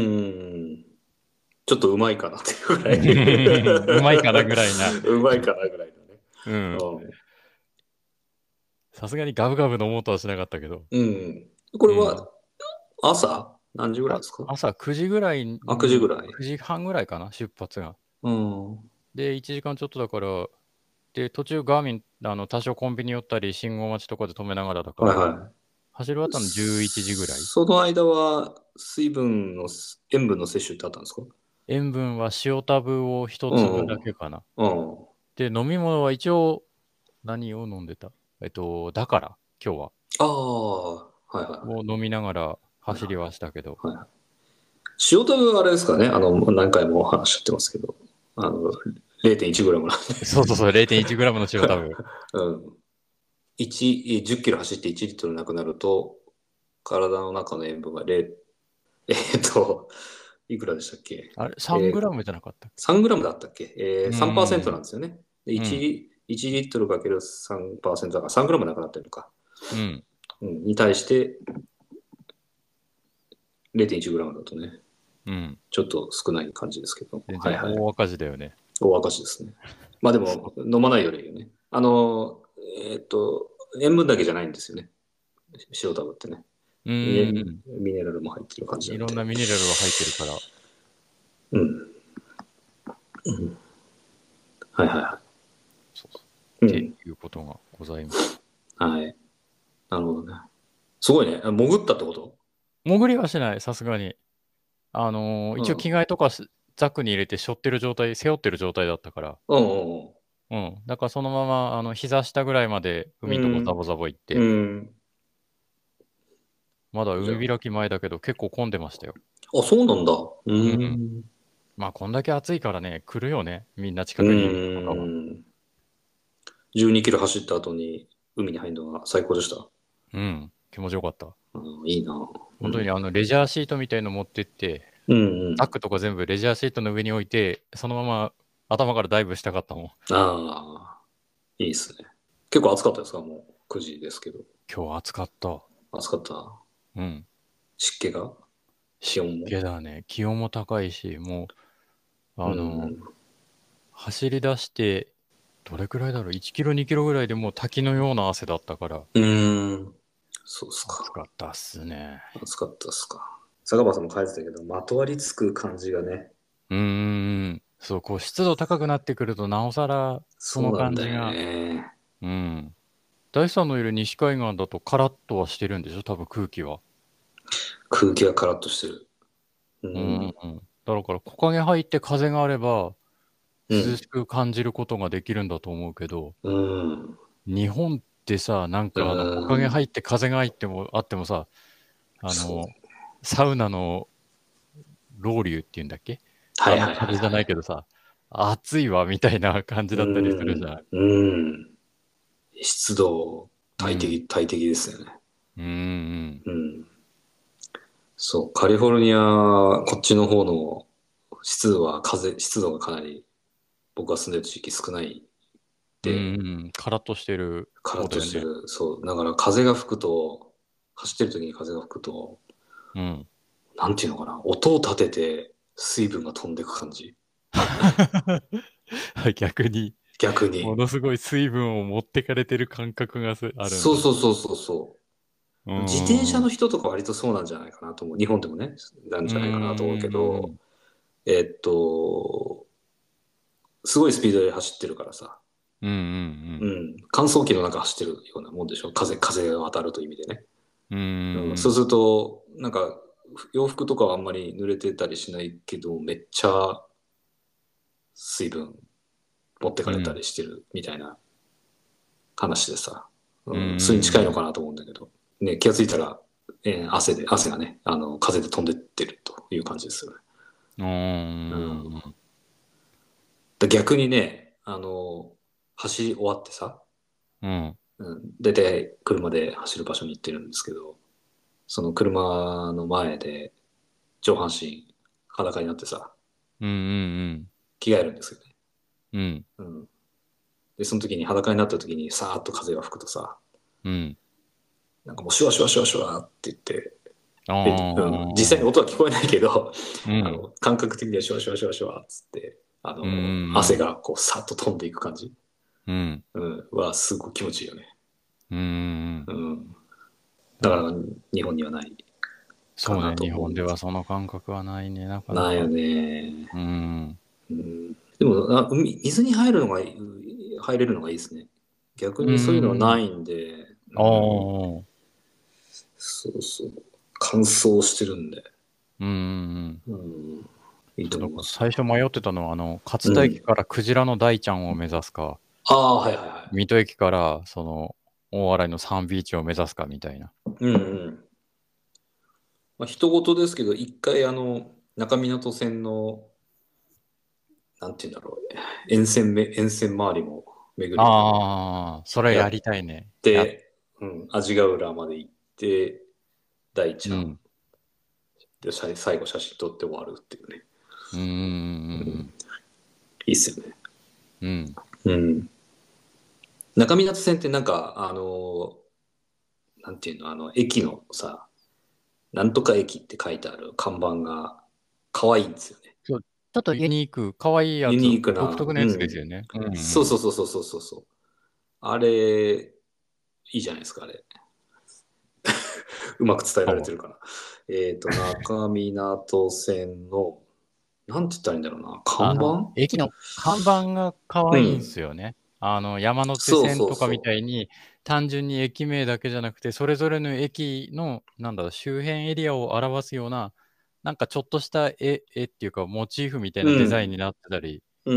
ちょっとうまいかなっていううまいかなぐらい。 ぐらいな。 うまいかなぐらいだね。 うん。 うさすがにガブガブ飲もうとはしなかったけど。 ん。うん。これはうん。 朝何時ぐらいですか？ 朝9時ぐらいあ、9時ぐに、 らい。 9時半ぐらいかな、出発が。 うん。 で、1時間ちょっとだから、で、途中ガーミン、多少コンビニ寄ったり、信号待ちとかで止めながらだから、 はいはい。 走り終わったの11時ぐらい。 その間は塩分の摂取ってあったんですか？ 塩分は塩タブを一粒だうん。 けかな。 うん。 で、飲み物は一応、何を飲んでただから、今日は。 ああ、はいはを飲みながらいはい。 走りはしたけど。 はいはい。塩タブはあれですかね、何回もお話ししてますけど、0.1グラムなんで。 そうそうそう、0.1g の塩タブ。 うん。10キロ走って1リットルなくなると、体の中の塩分が0、いくらでしたっけ？ あれ、 えー、 3g じゃなかったっけ？ 3グラムだったっけ？ うー 3%なん。 んですよね。でうん。 1リットルかける3%だから3グラムなくなってるのか。 うん。 うん、に対して0.1グラムだとね、 うん。 ちょっと少ない感じですけど。 全はいはい。 然大赤字だよね。 大赤字ですね。まあでも、飲まないよりいいよね。えっと、塩分だけじゃないんですよね。塩タブってね。 うミネ、 ーん。 ミネラルも入ってる感じなんで。 いろんなミネラルが入ってるから、っうん。はいはいはそうそうい。うってん。 いうことがございます。 はい。なるほどね。すごいね。潜ったってこと？ 潜りはしない、さすがに。一応着うん。 替えとかザックに入れて背負ってる状態、背負ってる状態だったから、 うんうん。だからそのまま、膝下ぐらいまでうんう海んとこザん。 ボザボ行っうて、 ん。 まだじゃ海開き前だけど結構混んでましたよ。 あ、そうなんだ。 うん。 ん。 まあ、こんだけ暑いからね、来るよね。みんなう近くにいる人とかは。 ん。12キロ走った後に海に入るのが最高でした。 うん。気持ちよかった。 うん、いいな。うん。 本当にレジャーシートみたいの持ってって、 うんうん。 ザックとか全部レジャーシートの上に置いて、そのまま頭からダイブしたかったもん。 ああ、いいっすね。結構暑かったですか？もう9時ですけど。 今日暑かった。 暑かった。 うん。 湿気が気湿温も。 気だね。気温も高いし、もう、 うん。 走り出して、どれくらいだろう？ 1 キロ、2キロぐらいでもう滝のような汗だったから、 うーん。そうっすか。 暑かったっすね。 暑かったっすか。坂場さんも書いてたけど、まとわりつく感じがね。 うーん。そう、こう湿度高くなってくると、なおさら、そのそうなんだよ感じが、 ね。 うん。大地さんのいる西海岸だとカラッとはしてるんでしょ？多分空気は。 空気がカラッとしてる。ううんうんん。 うん。だから木陰入って風があれば、涼しうん。 く感じることができるんだと思うけど、 うん。 日本ってさ、なんうか木陰ん。 入って風が入っても、あってもさ、あそう。 の、サウナのロウリュっていうんだっけ？あはいはいはいの風じゃなはい。 いけどさ、暑いわみたいな感じうだったりするじゃん。 ん。 うん。湿度うん。 大敵ですよね。 うんうん。 うん。そう、カリフォルニア、こっちの方の湿度がかなり僕が住んでる地域少ないうんで、 うん。カラッとしてるカラッ方だよね。 としてる。そう、だから風が吹くと、走ってる時に風が吹くと、 うん。 なんていうのかな、音を立てて水分が飛んでく感じ。 逆に、 逆に。 ものすごい水分を持ってかれてる感覚があるんそうだ。 そうそうそうそう。 うー自転車ん。うの人とか割とそうなんじゃないかなと思う。日本でもね、なんーじゃないかなと思うけど、 ん。 えっと、すごいスピードで走ってるからさ、 うんうんうん、乾燥機の中走ってるようなもんでしょ。風が当たるという意味でね。 うん。 うん、 うんそうすると、なんか、洋服とかはあんまり濡れてたりしないけど、めっちゃ水分持ってかうん。 れうん。 たりしてるみたいな話でさ、 うんうん、それに近いのうんかなと思うんだけど、ね、気がついたら、汗がね、風で飛んでってるという感じですよね。 うん。 うん。 うーん。 逆にね、走り終わってさ、 うん。 うん、大体車で走る場所に行ってるんですけど、 その車の前で上半身裸になってさ、 うんうん着替えるんですよね。 うん。 うん。で、その時に裸になった時にさーっと風が吹くとさ、 うん。 なんかもうシュワシュワシュワシュワって言って、 あ実際にあ。 音は聞こえないけど、 うん。 感覚的にはシュワシュワシュワシュワっつって、 うんうん汗がこうさっと飛んでいく感じ、 うん。うん。 はすごく気持ちいいよね。 うんうんうん。 うん。 だから日本にはないかそうね。 なと日思うんです。 本ではその感覚はないね。なかなないよか。 ね。 うん。 うん。でも、水に入るのが入れるのがいいですね。逆うんにそういうのはうんうん。 ないんで、 ああ。 そうそう。乾燥してるんで、 うんうんうん。 うん、いいとそうだ思いますよ。 から最初迷ってたのは、勝田駅うん。 からクジラの大ちゃんを目指すか、 ああ、はいはいは水戸駅から、大洗のサンビーチを目指すかみたいな。 い。うんうん。まあ、人事ですけど、一回中港線の、なんて言うんだろう、沿線周りも巡るのをああ、それやっやりたいね。 て、味ヶ浦まで行って、大ちゃんうん。 で最後写真撮って終わるっていうね。 うんうんいいっすよね。 うんうん。 うん。中港線ってなんか、なんていうの、駅のさ、なんとか駅って書いてある看板が可愛いんですよね。 そう、ちょっとユニーク、かわいいやつ、 ユニークな、 独特なやつですよね。うんそううん。 そうそうそうそうそう。あれ、いいじゃないですか、あれ。うまく伝えられてるかな。中港線の、なんて言ったらいいんだろうな、看板駅の看板が可愛いんすよね。山手そう線とかみそうそたいに、単純に駅名だけじゃなくて、それぞれの駅の、なんだろう、周辺エリアを表すような、なんかちょっとした絵っていうか、モチーフみたいう。 なデザインになってたり。 うん。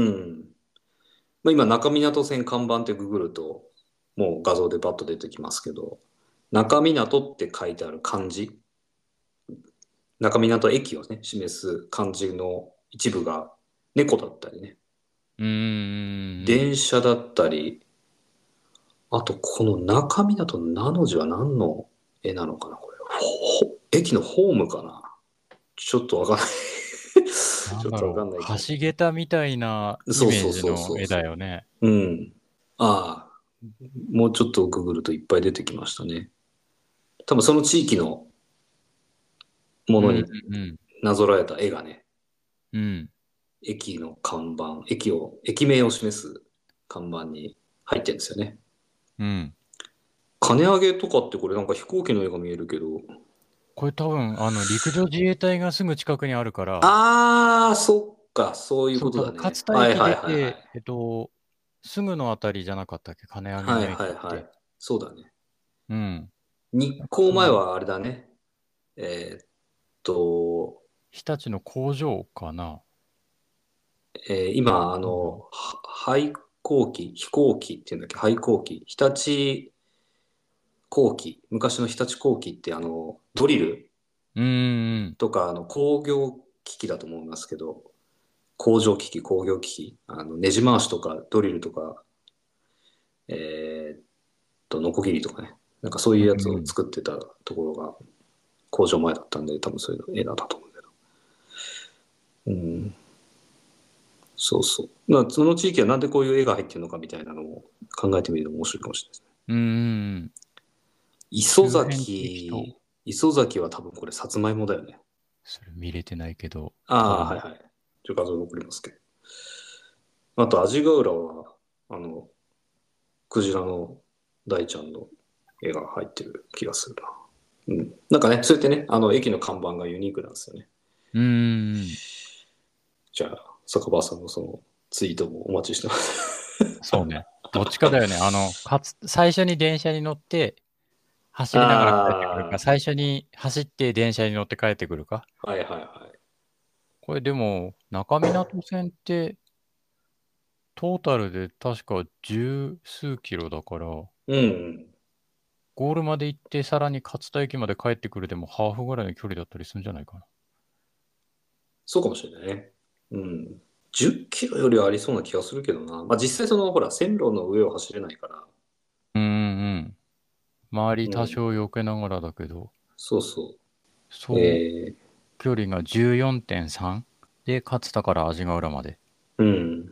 まあ、今、中港線看板ってググると、もう画像でパッと出てきますけど、中港って書いてある漢字、中港駅をね、示す漢字の一部が猫だったりね、 うーん。 電車だったり、あとこの中港の名の字は何の絵なのかな、これ。駅のホームかな。ちょっとわかんない。ちょっとわかなんだろう、 んないけど。 橋桁みたいなイメーそうそうそうジの絵だそうそよね。 う。うん。ああ、もうちょっとググるといっぱい出てきましたね。多分その地域のもうんのにうんなぞらえた絵がね、 うん。うん。 駅の看板、駅名を示す看板に入ってるんですよね。 うん。 金上げとかってこれなんか飛行機の絵が見えるけど。 これ多分、陸上自衛隊がすぐ近くにあるから、 ああ、そっか、そういうそう、 ことだね。 勝田駅はいはいはいは出て、 い。 すぐのあたりじゃなかったっけ、金上のはいは駅って。 いはい。そうだね。 うん。 日なんか光前はあれだね。えーっと、 日立の工場かな。 今、 なんだろ飛行機っていうんだっけ、廃工機。日立工機、昔の日立工機ってドリルう。うーん。 とか、工業機器だと思いますけど、工場機器、工業機器、ネジ回しとかドリルとか、えーっノコギリとかね、なんかそういうやつをうん。 作ってたところが工場前だったんで、多分そういうの絵だったと思うけど。うん、そうそう。まあ、その地域はなんでこういう絵が入ってるのかみたいなのを考えてみるの面白いかもしれないですね。 うーん。 磯周辺的と、 崎、磯崎は多分これさつまいもだよね。 それ見れてないけど、多ああ、はい分。 はい。画像送りますけど。あと、味ヶ浦は、クジラの大ちゃんの絵が入ってる気がするな。うん。なんかね、そうやってね、駅の看板がユニークなんですよね。 うーん。 じゃあ、坂場さんのそのツイートもお待ちしてます。 そうね。どっちかだよね。最初に電車に乗って、走りながら帰ってくるか、 あ最初に走って電車に乗って帰ってくるか。 あ、はいはいはい。 これでも、中港線って、トータルで確か十数キロだから、 うん。 ゴールまで行って、さらに勝田駅まで帰ってくるでもハーフぐらいの距離だったりするんじゃないかな。 そうかもしれないね。うん。10キロよりはありそうな気がするけどな。まあ実際その、ほら、線路の上を走れないから。 うんうんうん。周りうん。 多少避けながらだけど。 そうそ総う。 距離が 14.3 で、勝田から味ヶ浦まで。 うん。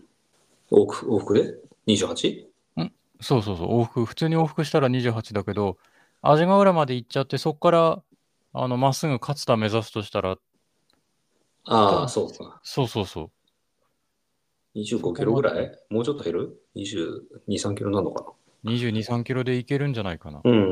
往復で 28？ そうそうそう、往復、普通に往復したら28だけど、味ヶ浦まで行っちゃって、そこから、まっすぐ勝田目指すとしたら、 ああ、 多分、 そうか。 そうそうそう、 25キそこまでロぐらいもうちょっと減る？ 22、3キロなのか 22、3キロで行けるんじゃないかな。 な。うん。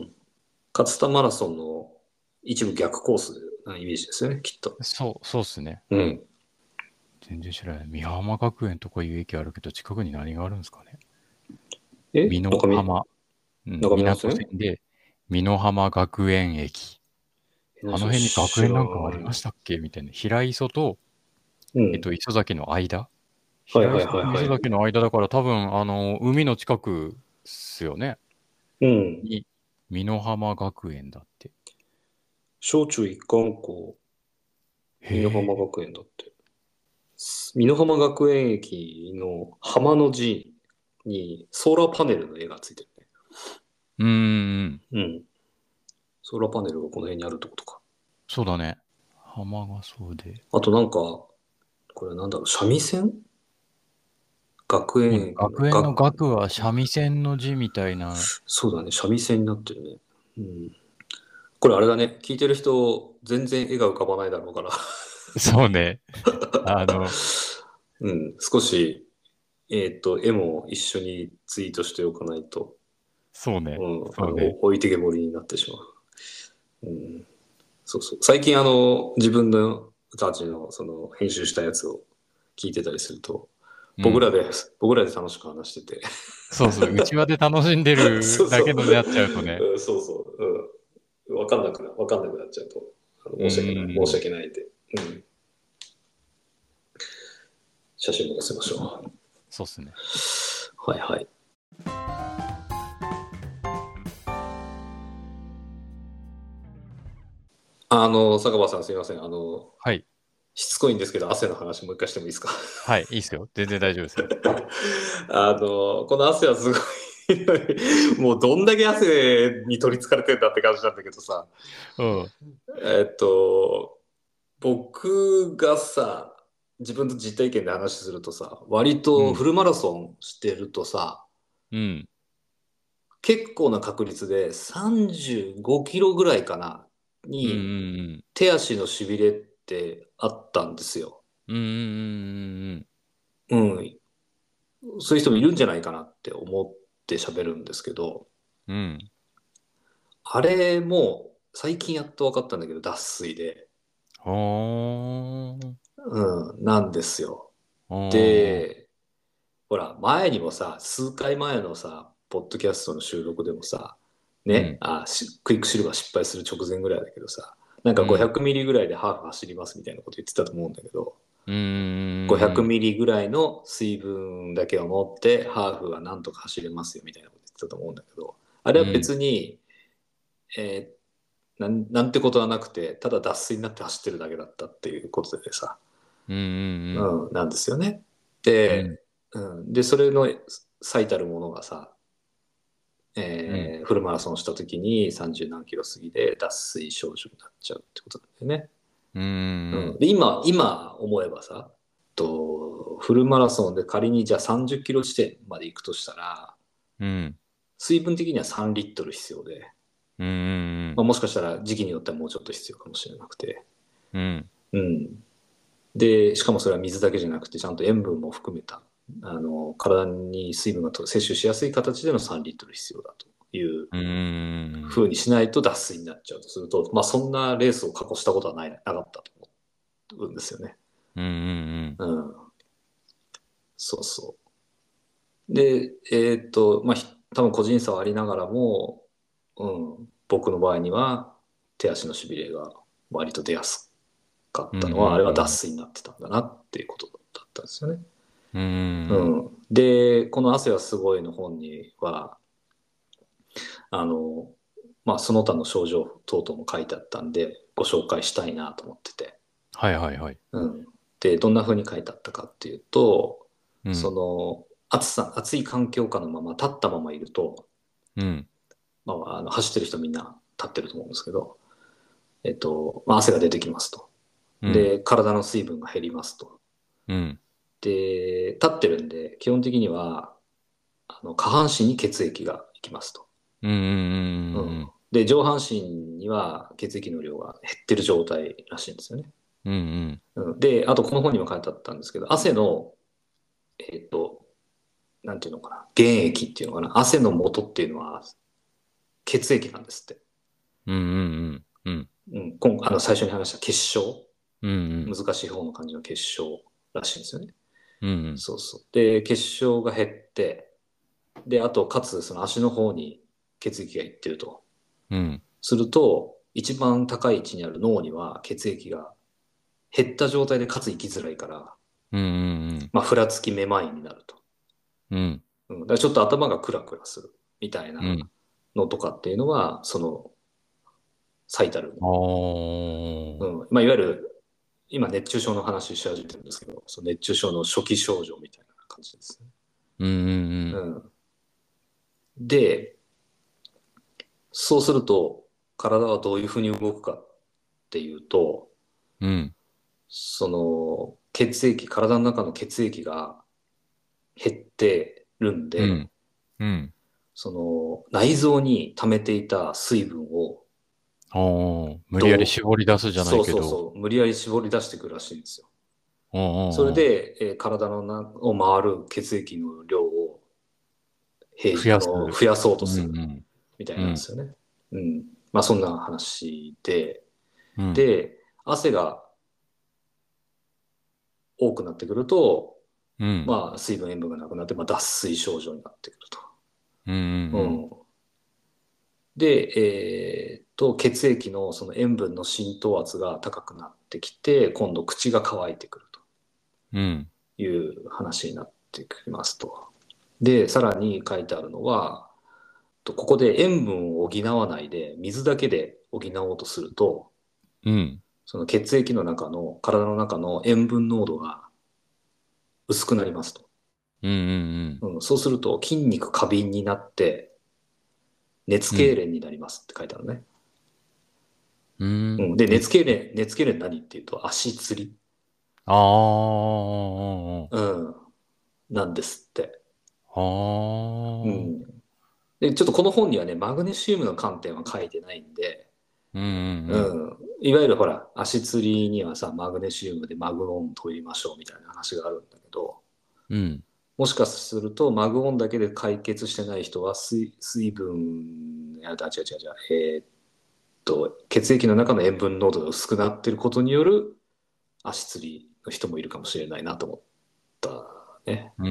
勝田マラソンの一部逆コースなイメージですよね、きっと。 そうっすね。うん。 うん。 全然知らない。美浜学園とかいう駅あるけど、近くに何があるんですかね。美濃浜、うん、 中身温港泉？ 線で、美濃浜学園駅。あの辺に学園知らなんかありまない。 したっけみたいな。平磯と、 うん。 磯崎の間はいはい平磯とはいはい。 磯崎の間だから多分、海の近くっすよね。 うん。 に、美濃浜学園だって。 小中一貫校、 へ美濃浜え。 学園だって。美濃浜学園駅の浜の字にソーラーパネルの絵がついてるね。 うーん。 うん。ソーラーパネルがこの辺にあるってことか。 そうだね。浜がそうで。 あとなんか、これなんだろう、三味線学そうね。 園駅の学園の学は三味線の字みたいな。 そうだね、三味線になってるね。うん。これあれだね、聞いてる人、全然絵が浮かばないだろうから。 そうね。あの、 うん、少し、絵も一緒にツイートしておかないと、 そうね。 うん、 そうね。 置いてけぼりになってしまう。うん、そうそう。最近自分のたちのその編集したやつを聞いてたりすると、 うん。 僕らで、僕らで楽しく話してて。 そうそう。内輪で楽しんでるだそうそう。 けのになっちゃうとね。 うん、そうそう。うん。わかんなくなっちゃうと、 うー申しん。 訳ないんで。うん。写真も載せましょう。 そうっすね。 はいはい。坂場さんすいません。 はい。 しつこいんですけど、汗の話もう一回してもいいですか？ はい。いいっすよ。全然大丈夫ですよ。 この汗はすごいもうどんだけ汗に取り憑かれてんだって感じなんだけどさ、 うん。 えっと、僕がさ、自分の実体験で話するとさ、割うん。 とフルマラソンしてるとさ、 うん。 結構な確率で35キロぐらいかな、 うん。うにん。 手足のしびれってあったんですよ。 うん。うん。うん。 うん。そういう人もいるんじゃないかなって思って喋るんですけど、 うん。 あれも最近やっと分かったんだけど、脱水で、 ほーん。 うん、なんですよ。 ほー。 で、ほら、前にもさ、数回前のさ、ポッドキャストの収録でもさ、ね、 うん。 クイックシルバー失敗する直前ぐらいだけどさ、なんかうん。 500ミリぐらいでハーフ走りますみたいなこと言ってたと思うんだけど、 うん。 500 うん。 ミリぐらいの水分だけを持ってハーフはなんとか走れますよみたいなこと言ってたと思うんだけど、あれはうん。 別に、えなんてことはなくて、ただ脱水になって走ってるだけだったっていうことでさ、 うん。 うん、なんですよね。 うん。 で、それの最たるものがさ、 うん。 フルマラソンした時に30何キロ過ぎで脱水症状になっちゃうってことなんだよね。 うん。 で今思えばさ、フルマラソンで仮にじゃあ30キロ地点まで行くとしたら、 うん。 水分的には3リットル必要で、 うん。 まあ、もしかしたら時期によってはもうちょっと必要かもしれなくて、 うん。 うん。で、しかもそれは水だけじゃなくて、ちゃんと塩分も含めた、体に水分が摂取しやすい形での3リットル必要だといううん。 風にしないと脱水になっちゃうとすると、まあそんなレースを過去したことはなかったと思うんですよね。 うん。 うん。そうそう。で、まあ、多分個人差はありながらも、僕の場合には手足のしびれが割と出やすかうったのは、あれは脱ん。 水になってたんだなっていうことだったんですよね。 うん。 で、この汗はすごいの本には、あの、まあ、その他の症状等々も書いてあったんで、ご紹介したいなと思ってて。 はいはいはい。 で、どんな風に書いてあったかっていうと、そうん。 の、暑い環境下のまま立ったままいると、 うん。 まあ、走ってる人みんな立ってると思うんですけど、 汗が出てきますと。 うん。 で、体の水分が減りますと。 うん。 で、立ってるんで、基本的には、下半身に血液が行きますと。 うん。うん。 ううん。 ん。で、上半身には血液の量が減ってる状態らしいんですよね。 うん。うん。 うん。で、あとこの本にも書いてあったんですけど、汗の、えっと、なんていうのかな、原液っていうのかな、汗の元っていうのは血液なんですって。 うん。うん。うん。 うん。最初に話した結晶。 うん。 難しい方の漢字の結晶らしいんですよね。 うん。 そうそう。で、結晶が減って、で、あと、かつ、その足の方に血液がいってると。 うん。 すると、一番高い位置にある脳には血液が減った状態でかつ生きづらいから、 うん。うん。 まあ、ふらつきめまいになると。 うん。 うん。だからちょっと頭がクラクラするみたいなうん。 のとかっていうのは、その最たるもあの。うあ。 ん。まあ、いわゆる、今熱中症の話し始めてるんですけど、その熱中症の初期症状みたいな感じですね。 うん。うん。 うん。で、そうすると、体はどういうふうに動くかっていうと、 うん。 その血液、体の中の血液が減ってるんで、 うん。うん。 その内臓に溜めていた水分をああ。無理やりど絞り出すじゃなそういけど。 そうそう、無理やり絞り出してくるらしいんですよ。 うん。 それうん。うん。 で、体のを回る血液の量を増やす。 増やそうとうん。 するうん。 みたいうん。 なんですよね。うん。まあそんな話で、 うん。 で、汗が多くなってくると、 うん。 まあ水分塩分がなくなって、まあ脱水症状になってくると。 うん。うん。 うん。で、血液のその塩分の浸透圧が高くなってきて、今度口が乾いてくるうん。 という話になってきますと。で、さらに書いてあるのは、ここで塩分を補わないで、水だけで補おうとすると、 うん。 その血液の中の、体の中の塩分濃度が薄くなりますと。 うん。うん。 うん、そうすると筋肉過敏になって熱痙うん。 攣になりますって書いてあるね。 うん。 うん、で、熱痙攣何っていうと足つり、 ああ。 うん、なんですって。 ああ。 うん。で、ちょっとこの本にはね、マグネシウムの観点は書いてないんで、 うん。うん。 うん。いわゆるほら、足つりにはさ、マグネシウムでマグオン取りましょうみたいな話があるんだけど、 うん。 もしかするとマグオンだけで解決してない人は水分、違う違う違う、血液の中の塩分濃度が薄くなっていることによる足つりの人もいるかもしれないなと思ったね。 うん。うん。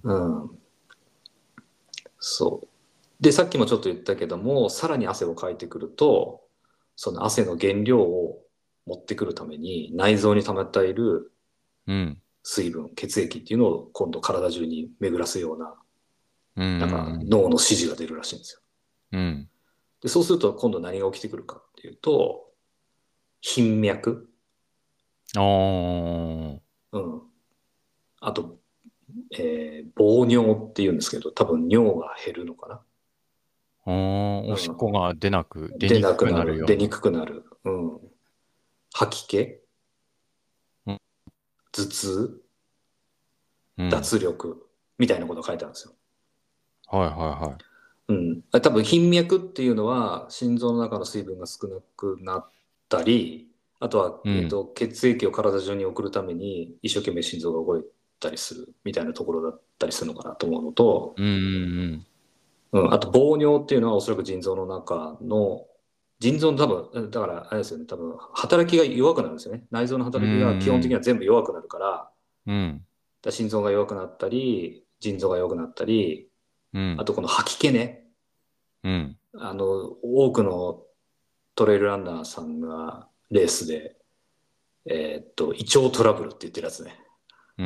うん。そう。で、さっきもちょっと言ったけども、さらに汗をかいてくると、その汗の原料を持ってくるために内臓に溜まっているうん。 水分、血液っていうのを今度体中に巡らすような、 うん。 なんかうん。 脳の指示が出るらしいんですよ。 うん。 で、そうすると今度何が起きてくるかっていうと、頻脈、 ああ。 うん。あと、防尿っていうんですけど、多分尿が減るのかああ。 な。 おしっこが出出にくくなるなくなる、出にような。 くくなる。うん。吐き気、 うん。 頭痛、 うん。 脱力、みたいなことが書いてあるんですよ。 はいはいはい。 うん。多分頻脈っていうのは心臓の中の水分が少なくなったり、あとは、 うん。 血液を体中に送るために一生懸命心臓が動いたりするみたいなところだったりするのかなと思うのと、 うん。うん。 うん、あと防尿っていうのはおそらく腎臓の中の、腎臓の多分、だからあれですよね、多分働きが弱くなるんですよね。内臓のう働きが基本的にん。 は全部弱くなるから、 うん。 心臓が弱くなったり、腎臓が弱くなったり、 うん。 あとこの吐き気ね。 うん。 多くのトレイルランナーさんがレースで、胃腸トラブルって言ってるやつね。 うん。うん。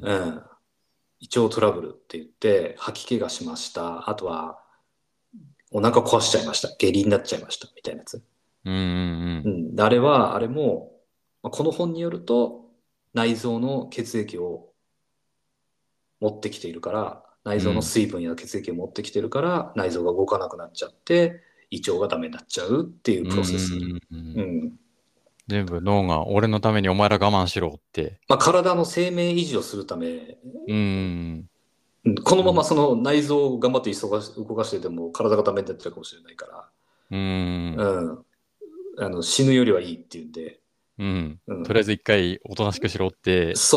うん。胃腸トラブルって言って、吐き気がしました。あとは、お腹壊しちゃいました。下痢になっちゃいました。みたいなやつ。 うん。うん。 うん。あれも、この本によると、内臓の血液を持ってきているから、内臓のうん。 水分や血液を持ってきているから、内臓が動かなくなっちゃって、 胃腸がダメになっちゃうっていうプロセス。 全部脳が俺のためにお前ら我慢しろって。 まあ、体の生命維持をするため、このままその内臓を頑張って動かしてても体がダメになっちゃうかもしれないから、死ぬよりはいいっていうんで、 とりあえず一回おとなしくしろって。 そう。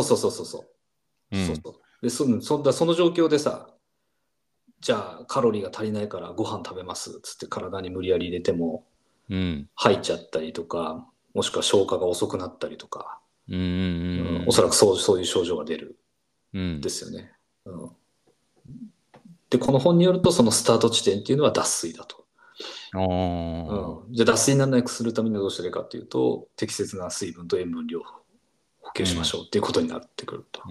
でその状況でさ、じゃあカロリーが足りないからご飯食べますっつって体に無理やり入れても、吐いちゃったりとか、もしくは消化が遅くなったりとか、おそらくそういう症状が出るですよね。でこの本によるとそのスタート地点っていうのは脱水だと。じゃあ脱水にならなくするためにはどうしたらいいかっていうと、適切な水分と塩分量を補給しましょうっていうことになってくると。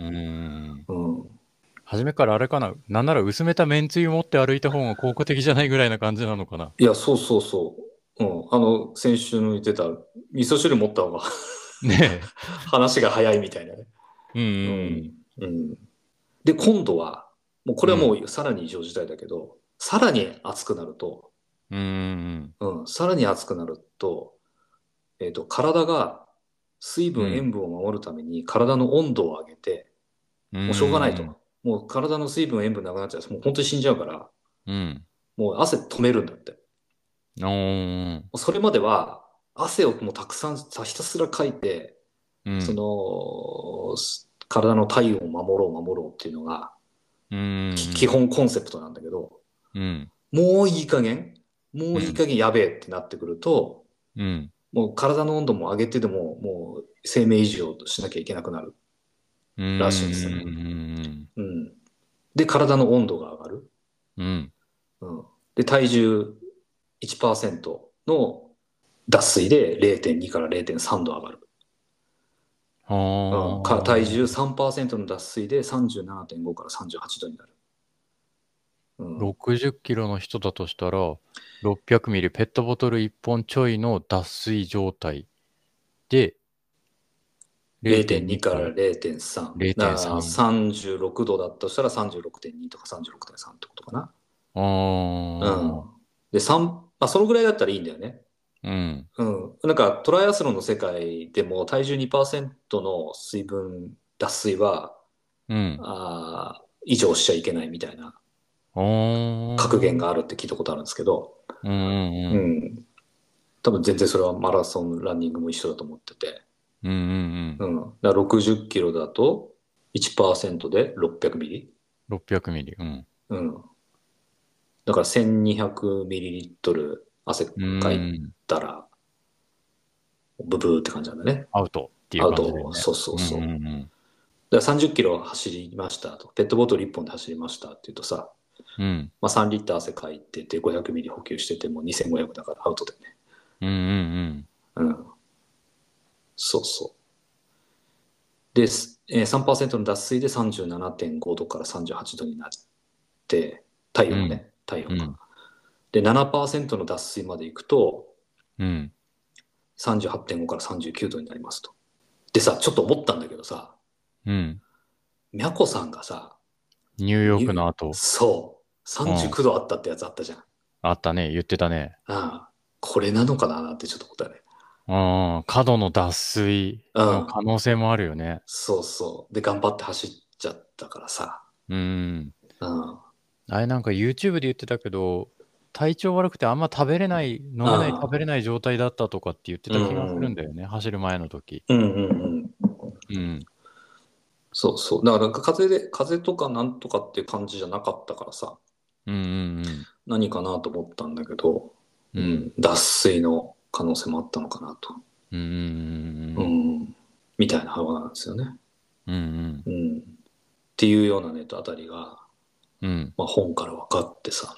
初めからあれかな、なんなら薄めためんつゆ持って歩いた方が効果的じゃないぐらいな感じなのかな。 いや、そう。先週の言ってた味噌汁持った方がね話が早いみたいなね。で今度はもうこれはもうさらに異常事態だけど、さらに暑くなると、さらに暑くなると、体が水分、塩分を守るために体の温度を上げて、もうしょうがないと。もう体の水分、塩分なくなっちゃう。もう本当に死んじゃうから、もう汗止めるんだって。それまでは汗をもうたくさんひたすらかいて、その体の体温を守ろうっていうのが、基本コンセプトなんだけど、もういい加減やべえってなってくると、もう体の温度も上げてでももう生命維持をしなきゃいけなくなるらしいんですよね。で体の温度が上がる。で体重 1% の脱水で 0.2 から 0.3 度上がる。体重 3% の脱水で 37.5 から38度になる。 60キロの人だとしたら、600ミリペットボトル1本ちょいの脱水状態で、 0.2 から 0.3。36度だとしたら 36.2 とか 36.3 ってことかな。で、そのぐらいだったらいいんだよね。なんかトライアスロンの世界でも体重 2% の水分脱水は、以上しちゃいけないみたいな格言があるって聞いたことあるんですけど、多分全然それはマラソンランニングも一緒だと思ってて、だから60キロだと 1% で600ミリ。 600ミリ。 だから1200ミリリットル汗かいたら、ブブーって感じなんだね。 アウトっていう感じで、ね。 アウト、そう。だから30キロ走りましたと。ペットボトル1本で走りましたって言うとさ、3リッター汗かいてて500ミリ補給してても2500だからアウトだよね。そう。で、3% の脱水で 37.5 度から38度になって、体温が。で、7% の脱水までいくと、38.5 から39度になりますと。でさ、ちょっと思ったんだけどさ、みゃこさんがさ、 ニューヨークの後。 そう。39度あったってやつあったじゃん。 あったね。言ってたね。 これなのかなってちょっと思ったね。 過度の脱水の可能性もあるよね。 そう。で、頑張って走っちゃったからさ。 あれなんか YouTube で言ってたけど、体調悪くてあんま食べれない、飲めない、食べれない状態だったとかって言ってた気がするんだよね。走る前の時。 そう。だから風邪とかなんとかっていう感じじゃなかったからさ。何かなと思ったんだけど、脱水の可能性もあったのかなと。みたいな幅なんですよね。っていうようなネタあたりが、本から分かってさ。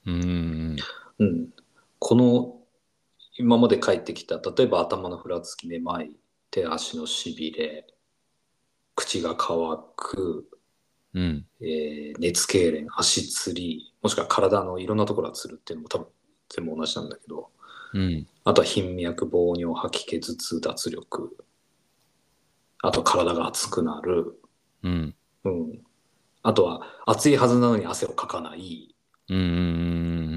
この今まで書いてきた、例えば頭のふらつき、めまい、手足のしびれ、口が乾く、熱痙攣、足つり、もしくは体のいろんなところがつるっていうのも多分全部同じなんだけど、あとは頻脈、膨尿、吐き気、頭痛、脱力、あと体が熱くなる、あとは暑いはずなのに汗をかかない、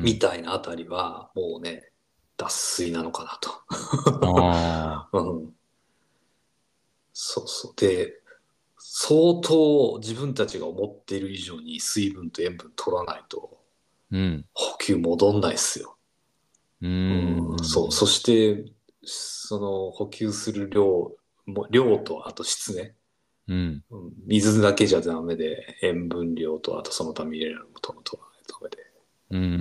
みたいなあたりは、もうね、脱水なのかなああ。 と。うん。そうそう。で、相当自分たちが思っている以上に水分と塩分取らないと、 うん。 補給戻んないっすよ。 うーそう。 ん。 そして、その補給する量とあと質ね。 うん。 水だけじゃダメで、塩分量とあとその他ミネラルも取らないとダメで。 うん。うん。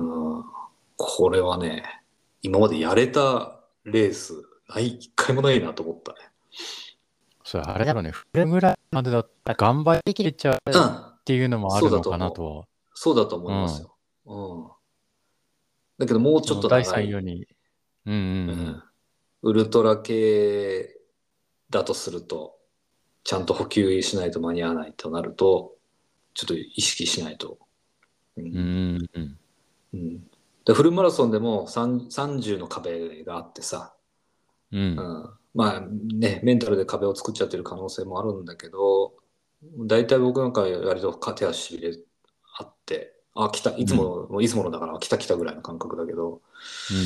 うん、これはね、今までやれたレース、一回もないなと思ったね。 それあれだろうね。フルぐらいまでだったら頑張りきれちゃううん。 っていうのもあそうるのかなだと思う。 とそうだと思いまは。うん。 すよ。うん。だけどもうちょっその第と長い。 3ように。うんうんうん。ウルトラ系だとすると、ちゃんと補給しないと間に合わないとなると、ちょっと意識しないと。ううん。うん。 んうん。 うん。で、フルマラソンでも30の壁があってさ、 うん。 うん。まあね、メンタルで壁を作っちゃってる可能性もあるんだけど、大体僕なんか割と手足しびれあって、あ、来た、いつうん。 もの、いつものだから来た来たぐらいの感覚だけど、 うん。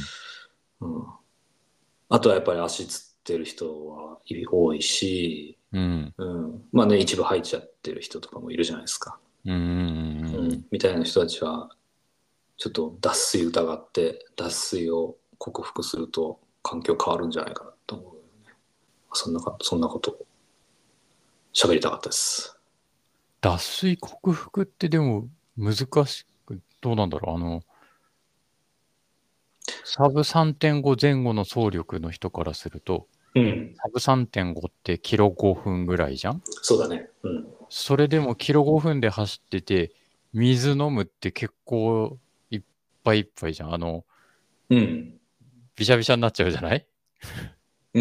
うん。あとはやっぱり足つってる人は多いし、 うん。 うん。まあね、一部入っちゃってる人とかもいるじゃないですか。 うん。うん。 みたいな人たちは、ちょっと脱水疑って、脱水を克服すると環境変わるんじゃないかなと思う。そんなことを喋りたかったです。 脱水克服ってでも難しく、どうなんだろう。サブ3.5前後の走力の人からすると、 うん。 サブ3.5ってキロ5分ぐらいじゃん。 そうだね。うん。 それでもキロ5分で走ってて、水飲むって結構いっぱいいっぱいじゃん。 うん。 びしゃびしゃになっちゃうじゃない。 うん。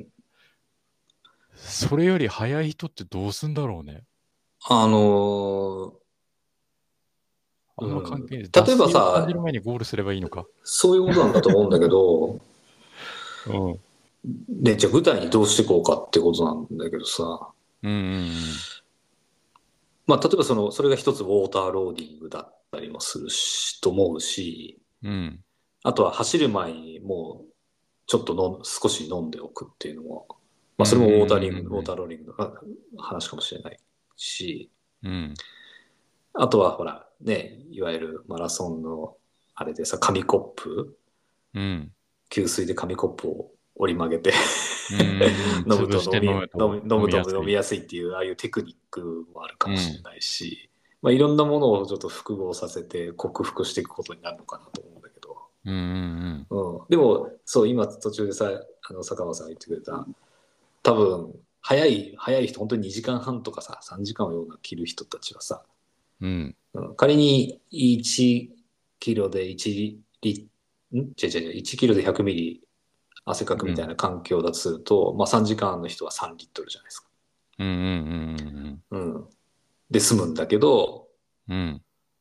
それより速い人ってどうすんだろうね。 あのあんま関係ない。脱例えば水を感じるさ、 前にゴールすればいいのか。 そういうことなんだと思うんだけど、 うん。 で、じゃあ舞台にどうしていこうかってことなんだけどさ、 うんうんまあ、例えばそれが一つウォーターローディングだったりもするし、と思うし、 うん。うん。 あとは走る前にもうちょっと少し飲んでおくっていうのも、まあ、 うんうそれもウォーターんうんローディングの話かもしれないし、 うん。うん。 あとはほら、ね、いわゆるマラソンのあれでさ、紙コップ、 うん。 給水で紙コップを折り曲げてうんうんうん。 飲むと潰して飲むと飲みやすい。 飲みやすいっていう、ああいうテクニックもあるかうん。 もしれないし、まあ、いろんなものをちょっと複合させて克服していくことになるのかなと思うんだけど。 うんうんでも、そう、今途中でさ、坂間さんが言ってくれた、多分、早い人、本当に2時間半とかさ、3時間をような切る人たちはさ、 うん。 仮に1キロで1リ、ん違う違う違う、1キロで100ミリ汗かくうん。 みたいな環境だとすると、まあ3時間の人は3リットルじゃないですか。 うんうんうん。で済むんだけど、 うんうん。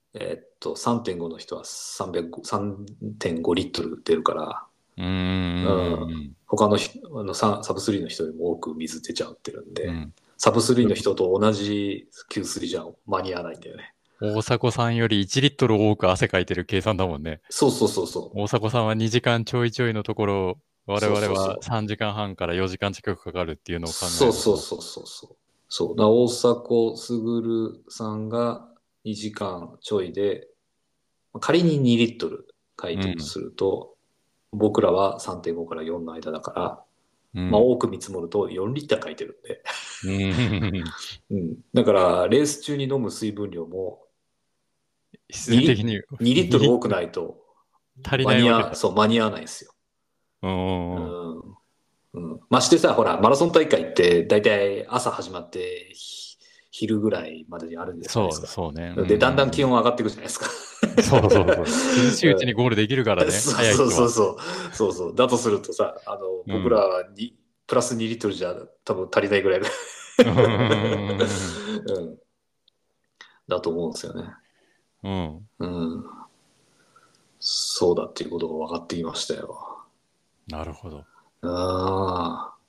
3.5の人は3.5リットル出るから、 うんうんうん、 うん他のサブ3の人よりも多く水出ちゃってるんで、 うん。 サブ3の人と同じ給水じゃ間に合わないんだよね。 大迫さんより1リットル多く汗かいてる計算だもんね。 そうそうそうそう。 大迫さんは2時間ちょいちょいのところ、我そう 々はそうそ 3時間半から4時間近くかかるっていうう。 のを考えそうると。 そうそうそうそう。そう。だから大迫傑さんが2時間ちょいで、仮に2リットル書いうん。 てるとすると、僕らは3.5から4の間だから、まあうん。 多く見積もると4リッター書いてるんで。 うん。 うん。だから、レース中に飲む水分量も必然的に 2リット 2 ル多くリットルないと足りないわけだ。 間に合わないんですよ。 うん。うん。 うん。ましてさ、ほら、マラソン大会って大体朝始まって昼ぐらいまでにあるんじゃないでそう、 すか。 そうね。うんで、だんだんうん気温上がっていくじゃないですか。 うん。そうそうそう。涼しいうちにゴールできるからね。 そうそう早い人は。 そうそう。そうそう。だとするとさ、僕らうん。 はプラス2リットルじゃ多分足りないぐらいうんうん、だと思うんですよね。 うん。 うん。そうだっていうことが分かってきましたよ。 なるほど。 ああ、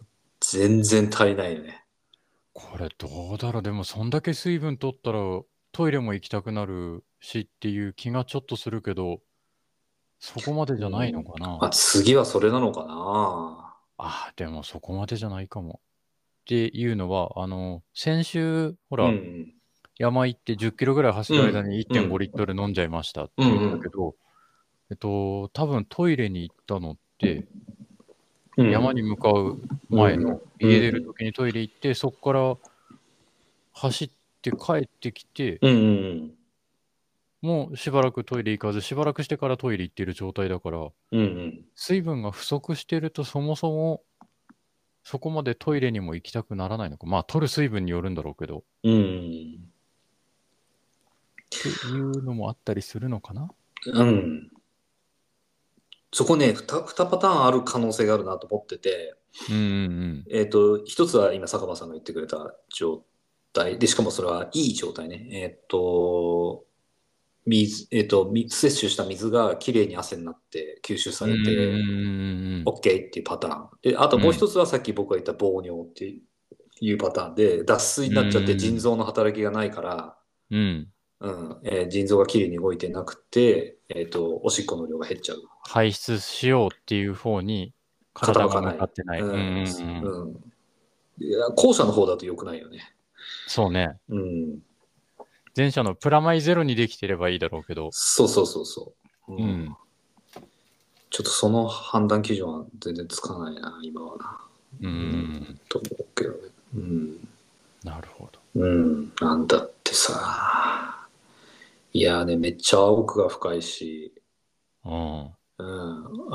全然足りないよね。 これどうだろう。でもそんだけ水分取ったらトイレも行きたくなるしっていう気がちょっとするけど、そこまでじゃないのかな。 次はそれなのかな。 でもそこまでじゃないかも。っていうのは、先週、ほうら、 ん。 山行って10キロぐらい走うん。 る間に1.5 うん。 リットル飲んじゃいましたってうん。 言っうん。 たけど、多分トイレに行ったのって、 うん。 山に向かううん。 前の、家出るうん。 時にトイレ行って、そこから走って帰ってきて、 うん。 もうしばらくトイレ行かず、しばらくしてからトイレ行ってる状態だから、 うん。 水分が不足してるとそもそもそこまでトイレにも行きたくならないのか。まあ、取る水分によるんだろうけど。っうん。 ていうのもあったりするのかな。 うん。そこね、2パターンある可能性があるなと思ってて、 うんうん一つは今、坂場さんが言ってくれた状態で、しかもそれはいい状態ね。摂取した水がきれいに汗になって吸収さうん。うんれて、 うん OK っていうパターン。で、あとうんうん。 もう一つはさっき僕が言った防尿っていうパターンで、脱水にうんなっちゃってうん腎臓の働きがないから、 うん。うん。 腎臓がきれいに動いてなくて、おしっこの量が減っちゃう。 排出しようっていう方に体が向傾かない。 かってない。うんううん。 んうん。 うん。いや、後者の方だと良くないよね。 そうね。 うん。 前者のプラマイゼロにできてればいいだろうけど。 そうそうそうそう。うん。 うん。 ちょっとその判断基準は全然つかないな、今はな。 うん。 と思うけどね。うん。 なるほど。 うん。なんだってさ。いやね、めっちゃ奥が深いし、 うん。 うん。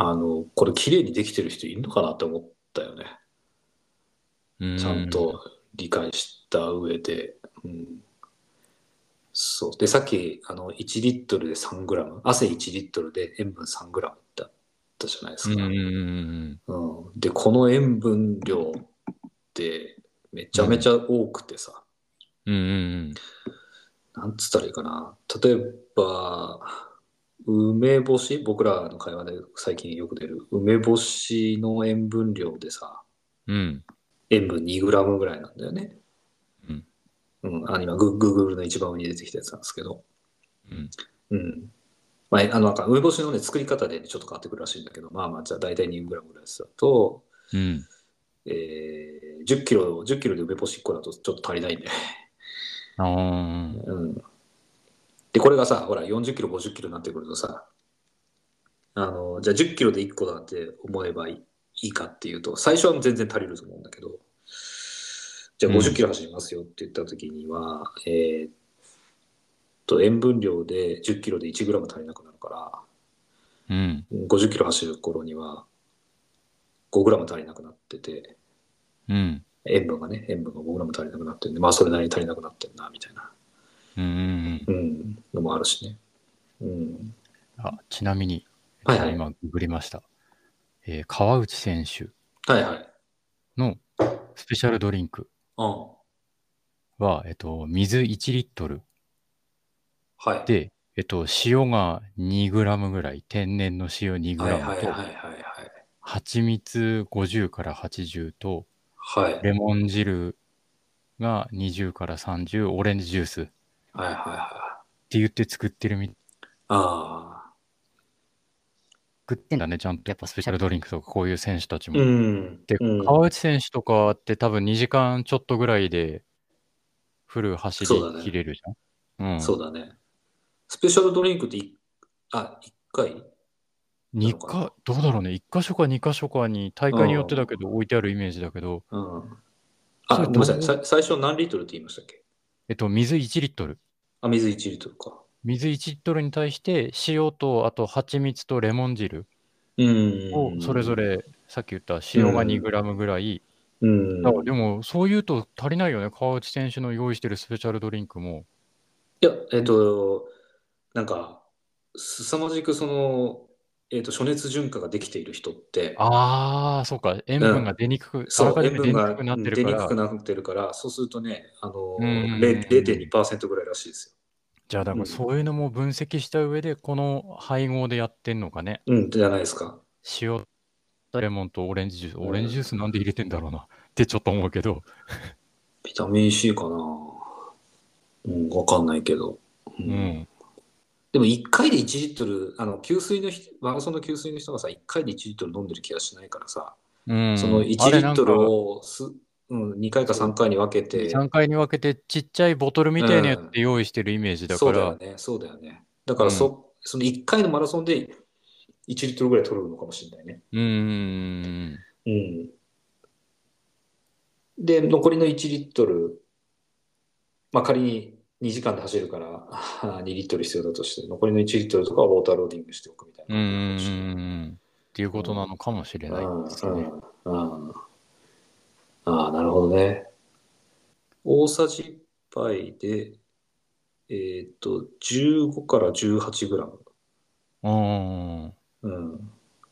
これ綺麗にできてる人いるのかなって思ったよね。 うちゃんん。 と理解した上で。うん。そう。で、さっき、1リットルで3グラム、汗1リットルで塩分3グラムってあったじゃないですうんうんか。 うんうん。で、この塩分量ってめちうん。うん。 ゃめちゃ多くてさ、 うんうんなんつったらいいかな。例えば、梅干し、僕らの会話で最近よく出る梅干しの塩分量でさ、 うん。うん。 塩分2グラムぐらいなんだよね。 うん。 うん。今、Google の一番上に出てきたやつなんですけど。 うん。 うん。まあ、なんか梅干しのね、作り方でちょっと変わってくるらしいんだけど、まあまあ、じゃあ大体2グラムぐらいだと、 うん。 10キロで梅干し1個だとちょっと足りないんで。 ああ。 うん。で、これがさ、ほら、40キロ、50キロになってくるとさ、じゃあ10キロで1個だって思えばいいかっていうと、最初は全然足りると思うんだけど、じゃあ50キうん。 ロ走りますよって言った時には、塩分量で10キロで1グラム足りなくなるかうん。 ら、50キロ走る頃には5グラム足りなくなってて、 うん。 塩分が5グラム足りなくなってるんで、まあそれなりに足りなくなってるな、みたいな、 うん。 うん、のもあるしね。うん。 ちなみに、 はいはい。 今、ググりました。川内選手はいはい。 のスペシャルドリンクうん。 は、水1リットルはい。 で、塩が2グラムぐらい、天然の塩2グはいラムと、 はいはいはいはい。 蜂蜜50から80と、 はい。 レモン汁が20から30、オレンジジュースってはいはいはい。 言って作ってるああ。 作ってんだね、ちゃんと。やっぱスペシャルドリンクとかこういう選手たちうも。 ん。 で、 うん。 川内選手とかって多分2時間ちょっとぐらいでフル走りそうだね。 切れるじゃん。うん。 そうだね。スペシャルドリンクって1回なのかな。 どうだろうね。1箇所か2箇所かに大う会によってだん。 けど置いてあるイメージだけど、 うん。 それごめんなさい。最初何リットルって言いましたっけ？ 水1リットル。 水1リットルか。 水1リットルに対して塩と、あと蜂蜜とレモン汁うをそれぞん。 れ、さっき言ったう塩が2 ん。 グラムぐらい。 うだからでん。 も、そう言うと足りないよね。川内選手の用意してるスペシャルドリンクも。 いや、なんか、凄まじく暑熱順化ができている人って、 ああ、そうか。塩分がうん。 出にくく、あらそう、 かじめ出にく塩分がくなってる出から、 にくくなってるから、そうするとね、 うんうんうんうん。 0.2%ぐらいらしいですじゃあ、だよ。 からそういうのも分析した上で、この配合でやってんのかね。 うん。うん、じゃないですか。 塩、レモンとオレンジジュース。オレンジジューうん。 スなんで入れてんだろうな。ってちょっと思うけど。 ビタミン C かな。 わかんないけど。 うん。 でも1回で1リットル、給水の人、マラソンの給水の人がさ、1回で1リットル飲んでる気がしないからさ、 うそのん。あ 1 れリットルなんか、 を2回かそう、 3回に分け 2、 て、 3回に分けてちっちゃいボトルみうたいなやつん、 で用意してるイメージだから、 そうだよね、そうだよね。だからうん。 その1回のマラソンで1リットルぐらい取るのかもしれないね。 うん。 うん。で、残りの1リットル、まあ仮に2時間で走るから2リットル必要だとして、残りの1リットルとかはウォーターローディングしておくみたいなうん。 感じなのかもしれない。 うん。っていうことなのかもしれうないでん、うすね。 ん、うん。ああ、なるほどね。大さじ1杯で、15から18グラム。 うん。 うん。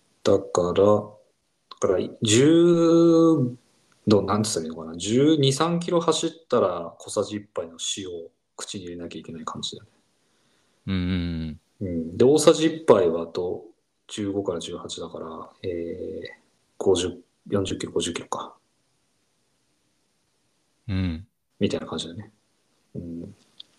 だから、10なんて言ったらいいのかな。12、3キロ走ったら小さじ1杯の塩を口に入れなきゃいけない感じだよね。 うん。 うん。で、大さじ1杯は15から18だから、50、40キロ、50キロか。 うん。 みたいな感じだね。うん。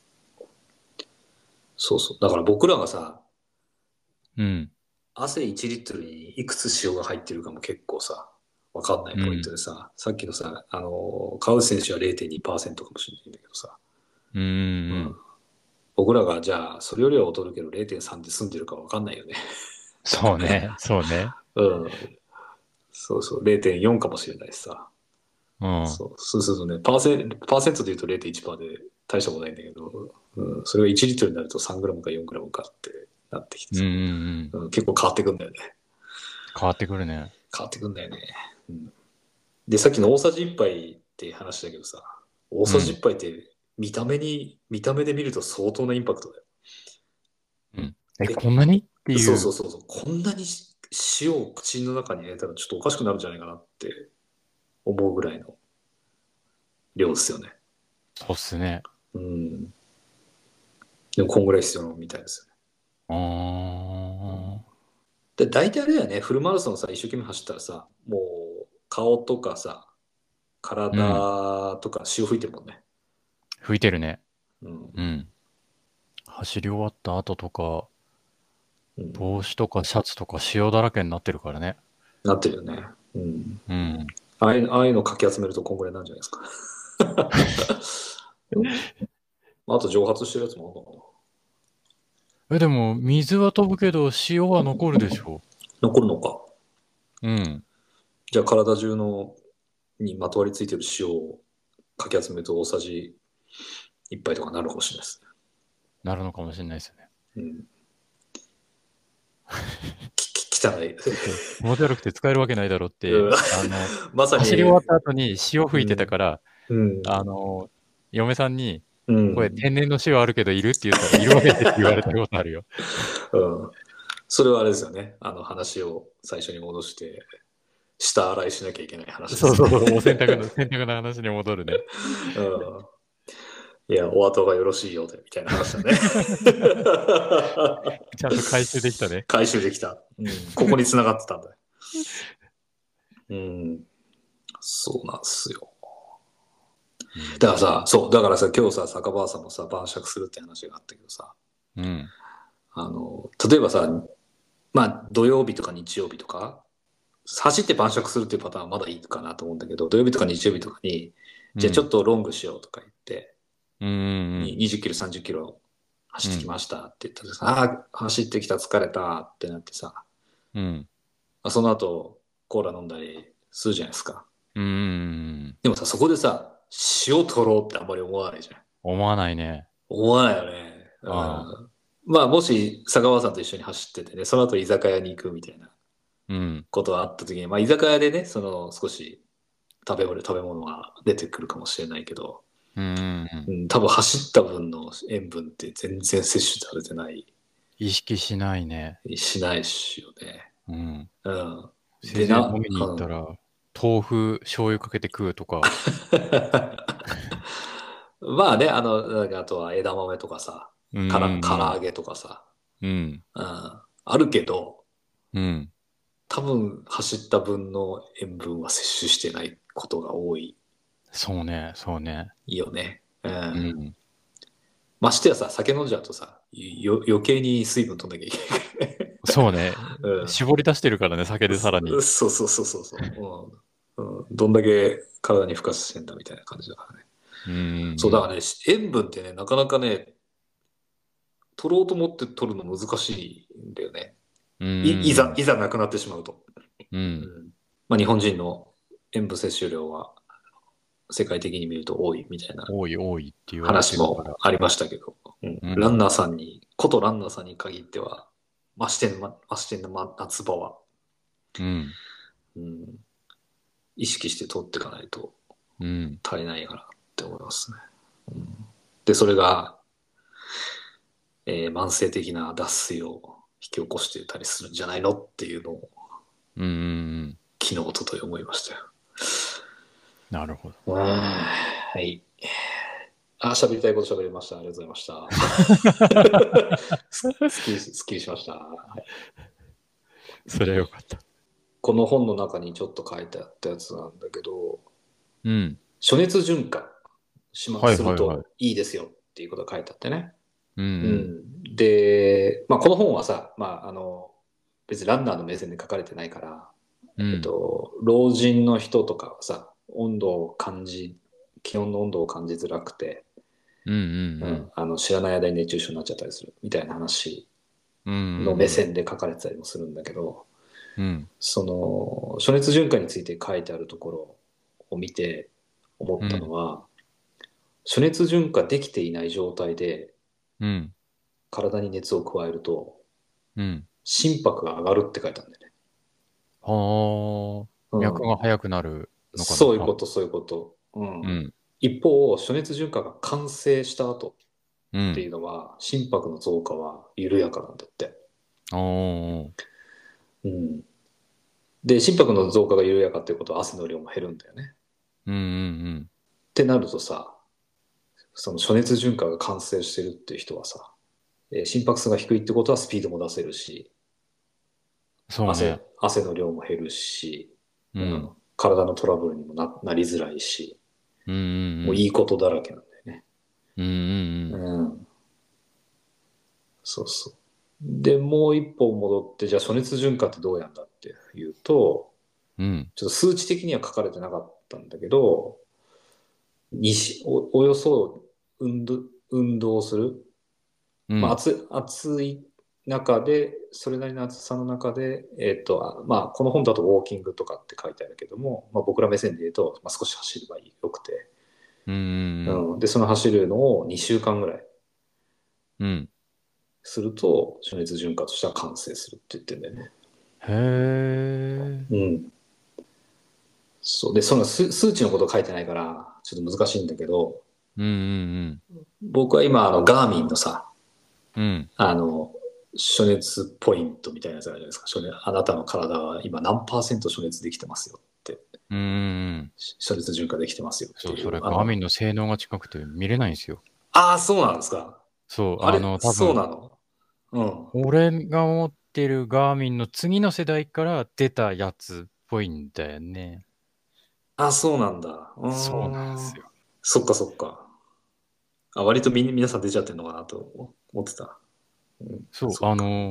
そうそう。だから僕らがさ、 うん。 汗1リットルにいくつ塩が入ってるかも結構さ、わかんないポイントでさ、さっきのさ、川内選手は0.2%かもしれないんだけどさ、 ううん。 ん。 僕らがじゃあ、それよりは劣るけど0.3で済んでるかわかんないよね。 そうね。そうね。 うん。そうそう、0.4かもしれないしさ。 うん。 そうするとね、パーセントで言うと0.1%で大したことないんだけど、うん、それが1リットルになると3グラムか4グラムかってなってきてうん。うさ、 ん。 うん、結構変わってくんだよね。 変わってくるね。 変わってくんだよね。うん、で、さっきの大さじ1杯って話だけどさ、大さじうん。 1杯って見た目で見ると相当なインパクトだよ。 うん。え、 え、 こんなにってそういう。 そうそうそう、こんなに塩を口の中に入れたらちょっとおかしくなるんじゃないかなって思うぐらいの量ですよね。 そうっすね。 うん。でもこんぐらい必要みたいですよね。 あうん、 ー。 で、大体あれだよね、フルマラソンさ、一生懸命走ったらさ、もう顔とかさ、 うん。 体とか塩吹いてるもんね。 吹いてるね。 うん。 うん。走り終わった後とか、 うん、 帽子とかシャツとか塩だらけになってるからね。 なってるよね。うん。 うん。 ああいうのかき集めるとこんぐらいなんじゃないですか。うん、あと蒸発してるやつもあるのかな。 え、でも、水は飛ぶけど、塩は残るでしょ。 残るのか。 うん。 じゃあ体中にまとわりついてる塩をかき集めると大さじ1杯とかなるかもしれないですなるのかもしれないですよね。 ね。うん。汚い。 ちょっと気持ち悪くて使えるわけないだろうって、 うん、まさに、 走り終わった後に塩吹いてたうん、 から、 うん、 嫁さんに、 うこれん、 天然の塩あるけどいるって言ったら、いるわけないって言われたことあるよ。 うん。それはあれですよね。話を最初に戻して、下洗いしなきゃいけない話ですね。 そうそうそう、もう洗濯の話に戻るね。 うん。いや、お後がよろしいようで、みたいな話だね。 ちゃんと回収できたね。 回収できた。うん。ここに繋がってたんだ。うん。そうなんですよ。 うん。 だからさ、だからさ、今日さ、坂場さんもさ、晩酌するって話があったけどさ、 うん。 例えばさ、まあ、土曜日とか日曜日とか、走って晩酌するっていうパターンはまだいいかなと思うんだけど、土曜日とか日曜日とかに、じゃあちょっうん。 とロングしようとか言って、 うん。 20キロ、30キロ走ってきうん。 ましたって言ったらさ、ああ、走ってきた疲れたってなってさ、 うん。 その後コーラ飲んだりするじゃないですか。 うん。 でもさ、そこでさ、塩取ろうってあんまり思わないじゃん。 思わないね。 思わないよね。うああ。 ん。まあ、もし坂川さんと一緒に走っててね、その後居酒屋に行くみたいなうん。 ことがあった時に、まあ、居酒屋でね、少し食べ物が出てくるかもしれないけど、 うん。 うん、多分走った分の塩分って全然摂取されてない、 意識しないね。 しないしよね。 うん。 うん。 せいぜい飲でな、 みに行っうん。 たら、豆腐、醤油かけて食うとか。 まあね、なんかあとは枝豆とかさ、 うん。 唐うん。 揚げとかさ、 うん。 うん、あるけど、 うん。 多分走った分の塩分は摂取してないことが多いそうね。そうね。 よね。うん。 うん。 ましてやさ、酒飲んじゃうとさ、余計に水分取んなきゃいけない。 そうね。 うん絞り出してるからね、酒でさらに。 そうそうそうそうそう、どんだけ体に負荷してんだみたいな感じだからね。 うん。 そうだからね、塩分ってね、なかなかね、取ろうと思って取るの難しいんだよね。 ういざん。 なくなってしまうと。 うん。 まあ、日本人の塩分摂取量は世界的に見ると多いみたいな多いって言われて話るから。 もありましたけど、ランナーさんに、ことランナーさんに限っては、増してんの夏場は、 うん。 うん、意識して取っていかないとうん。 足りないかなって思いますね。で、それが、慢性的な脱水を引き起こしてたりするんじゃないのっていうのをうん。 昨日、おととい思いましたよ。 なるほど。 はい。喋りたいこと喋りました。ありがとうございました。すっきりしました。はい、 それはよかった。 この本の中にちょっと書いてあったやつなんだけど、 うん。 暑熱順化するはい。 といいですよっていうことが書いてあってね。 うんで、まあ、この本はさ、別にランナーの目線で書かれてないから、 うん。 老人の人とかはさ、気温の温度を感じづらくて、知らない間に熱中症になっちゃったりするみたいな話の目線で書かれてたりもするんだけど、その暑熱順化について書いてあるところを見て思ったのは、暑熱順化できていない状態で体に熱を加えると心拍が上がるって書いてあるんだよね。 はあ、脈が速くなるのかな。 そういうこと、そういうこと。一方、暑熱順化が完成した後っていうのは、心拍の増加は緩やかなんだって。で、心拍の増加が緩やかっていうことは汗の量も減るんだよね。ってなるとさ、その暑熱順化が完成してるっていう人はさ、心拍数が低いってことはスピードも出せるし、 そうね。 汗の量も減るし、体のトラブルにもなりづらいし、もういいことだらけなんだよね。そうそう。で、もう一歩戻って、じゃあ暑熱順化ってどうやんだっていうと、ちょっと数値的には書かれてなかったんだけど、およそ運動する、暑い中で、それなりの暑さの中で、この本だとウォーキングとかって書いてあるけども、僕ら目線で言うと、少し走ればよくて、で、その走るのを2週間ぐらいすると、暑熱順化としては完成するって言ってんだよね。 へえ。 そう。で、その数値のこと書いてないから、ちょっと難しいんだけど、僕は今、ガーミンのさ、暑熱ポイントみたいなやつあるじゃないですか。あなたの体は今何%暑熱できてますよって。暑熱順化できてますよっていう。 それ、ガーミンの性能が近くて見れないんですよ。 ああ、そうなんですか。 そう、多そう分、 なの。 俺が持ってるガーミンの次の世代から出たやつっぽいんだよね。 そうなんだ。 そうなんですよ。 そっかそっか。割と皆さん出ちゃってるのかなと思ってた。 そう、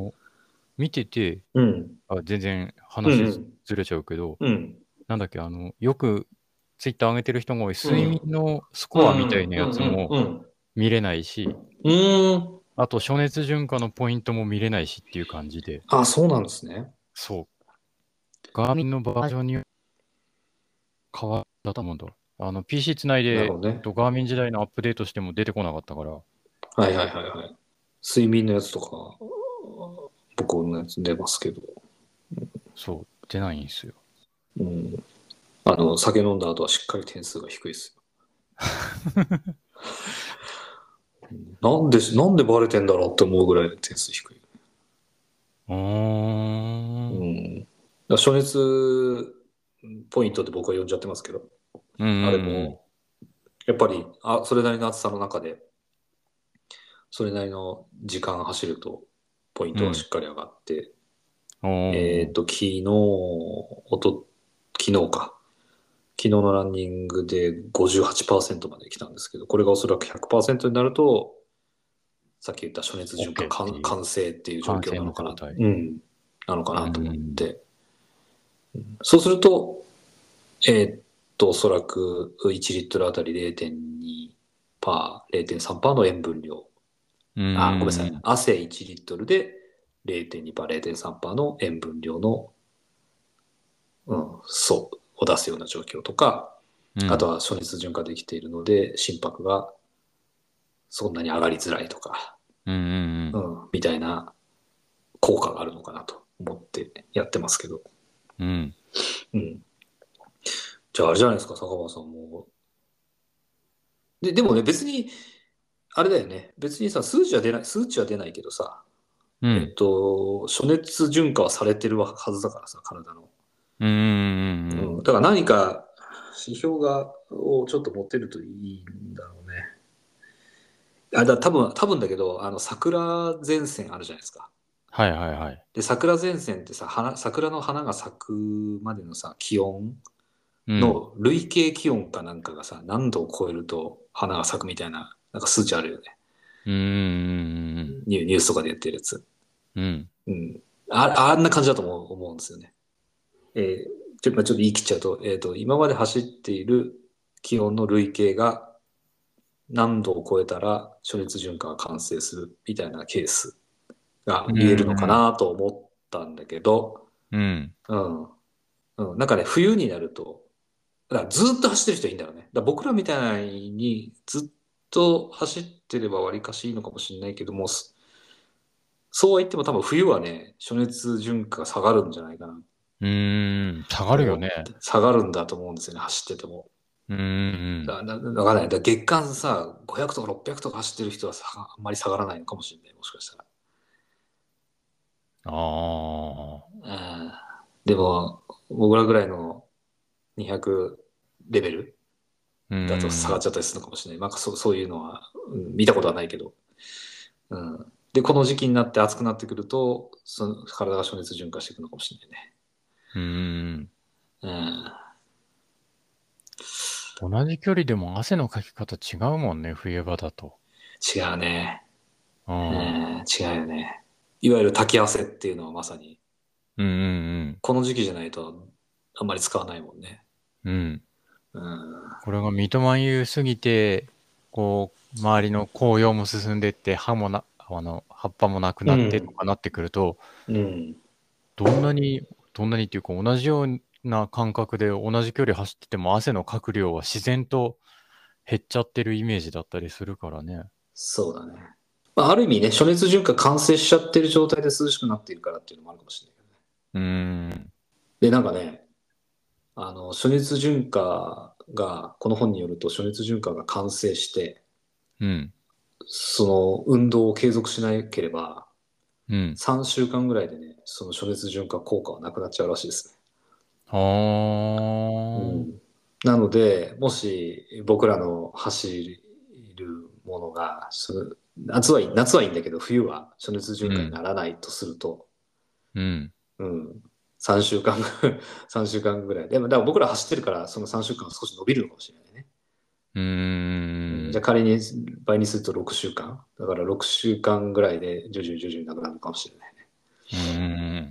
見てて、全然話ずれちゃうけど、なんだっけ、よくツイッター上げてる人が多い睡眠のスコアみたいなやつも見れないし、あと暑熱順化のポイントも見れないしっていう感じで。 そうなんですね。 そう。ガーミンのバージョンに変わったと思うんだ。PC つないで、ガーミン時代のアップデートしても出てこなかったから。 はい。睡眠のやつとか、僕のやつ出ますけど。 そう、出ないんですよ。 酒飲んだ後はしっかり点数が低いですよ。なんでバレてんだろうって思うぐらい点数低い。暑熱ポイントって僕は呼んじゃってますけど、あれも、やっぱりそれなりの暑さの中で、それなりの時間走ると、ポイントがしっかり上がって、昨日か。昨日のランニングで58%まで来たんですけど、これがおそらく100%になると、 さっき言った暑熱順化 OK っていう完成っていう状況なのかな、 完成の状態なのかなと思って、そうすると、おそらく1リットルあたり 0.2%、0.3% の塩分量。ごめんなさい。汗1リットルで 0.2%、0.3% の塩分量の、そうを出すような状況とか、あとは暑熱順化できているので、心拍がそんなに上がりづらいとか、みたいな効果があるのかなと思ってやってますけど。じゃああれじゃないですか、坂場さんも。でもね、別に、あれだよね。別にさ、数値は出ないけどさ、暑熱順化はされてるはずだからさ、体の。だから何か指標をちょっと持ってるといいんだろうね。多分だけど、桜前線あるじゃないですか。 はいはいはい。 で、桜前線ってさ、桜の花が咲くまでのさ、気温の累計気温かなんかがさ、何度を超えると花が咲くみたいな、なんか数値あるよね。ニュースとかでやってるやつ。あんな感じだと思うんですよね。ちょっと言い切っちゃうと、今まで走っている気温の累計が何度を超えたら暑熱順化が完成するみたいなケースが見えるのかなと思ったんだけど、なんかね、冬になると、だからずっと走ってる人はいいんだろうね。だから僕らみたいにずっと走ってればわりかしいいのかもしれないけども、そうは言っても多分冬はね、暑熱順化が下がるんじゃないかな。 下がるよね。 下がるんだと思うんですよね、走ってても。わかんない。月間さ、500とか600とか走ってる人はあんまり下がらないのかもしれない、もしかしたら。でも、僕らぐらいの200レベルだと下がっちゃったりするのかもしれない。なんかそういうのは、見たことはないけど。で、この時期になって暑くなってくると、その体が暑熱順化していくのかもしれないね。 同じ距離でも汗のかき方違うもんね、冬場だと。 違うね。違うよね。いわゆる滝汗っていうのはまさに、この時期じゃないとあんまり使わないもんね。 これが三笘湯すぎて、こう、周りの紅葉も進んでって、葉っぱもなくなってとかなってくると、どんなにっていうか同じような感覚で同じ距離走ってても汗のかく量は自然と減っちゃってるイメージだったりするからね。 そうだね。ある意味ね、暑熱順化完成しちゃってる状態で涼しくなっているからっていうのもあるかもしれないけどね。で、なんかね、暑熱順化が、この本によると暑熱順化が完成して、その運動を継続しなければ、3週間ぐらいでね、その暑熱順化効果はなくなっちゃうらしいですね。なので、もし僕らの走るものが、夏はいいんだけど、冬は暑熱順化にならないとすると、3週間、3週間ぐらい。でも、だから僕ら走ってるから、その3週間は少し伸びるのかもしれないね。じゃあ仮に倍にすると6週間。だから6週間ぐらいで徐々になくなるのかもしれないね。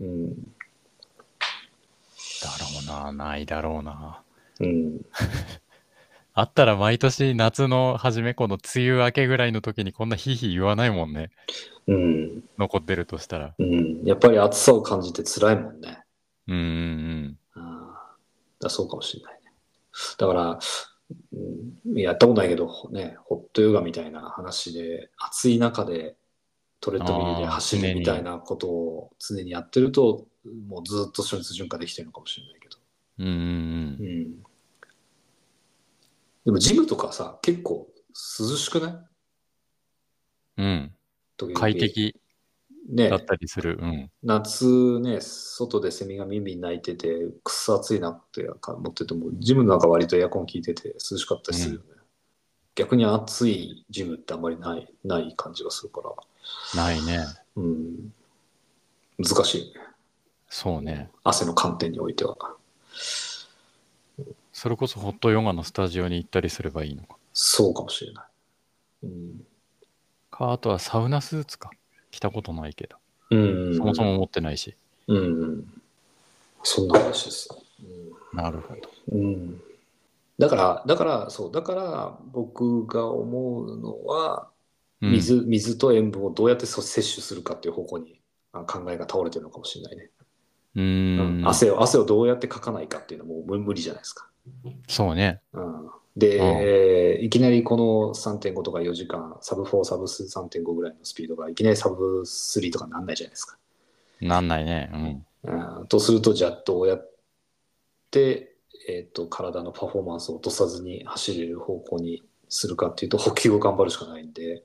だろうな、ないだろうな。あったら毎年夏の初めこの梅雨明けぐらいの時にこんなヒーヒー言わないもんね。残ってるとしたら。 やっぱり暑さを感じて辛いもんね。そうかもしれないね。だから、やったことないけど、ね、ホットヨガみたいな話で、暑い中でトレッドミルで走るみたいなことを常にやってると、もうずっと暑熱順化できてるのかもしれないけど。でもジムとかさ、結構涼しくない快適だったりする。 夏ね、外でセミがミンミン鳴いてて、くっそ暑いなって思ってても、ジムの中割とエアコン効いてて涼しかったりするよね。逆に暑いジムってあんまりない感じがするから。 ないね。 難しいね。 そうね。 汗の観点においては。 それこそホットヨガのスタジオに行ったりすればいいのか。 そうかもしれない。 あとはサウナスーツか。着たことないけど。 うん。 そもそも持ってないし。 うん。そんな話です。 なるほど。 うん。だから僕が思うのは、水と塩分をどうやって摂取するかっていう方向に考えが倒れてるのかもしれないね。汗をどうやってかかないかっていうのはもう無理じゃないですか。 そうね。 で、いきなりこの 3.5 とか4時間、サブ4、サブ3.5ぐらいのスピードがいきなりサブ3とかなんないじゃないですか。 なんないね。 とすると、じゃあどうやって、体のパフォーマンスを落とさずに走れる方向にするかっていうと、補給を頑張るしかないんで。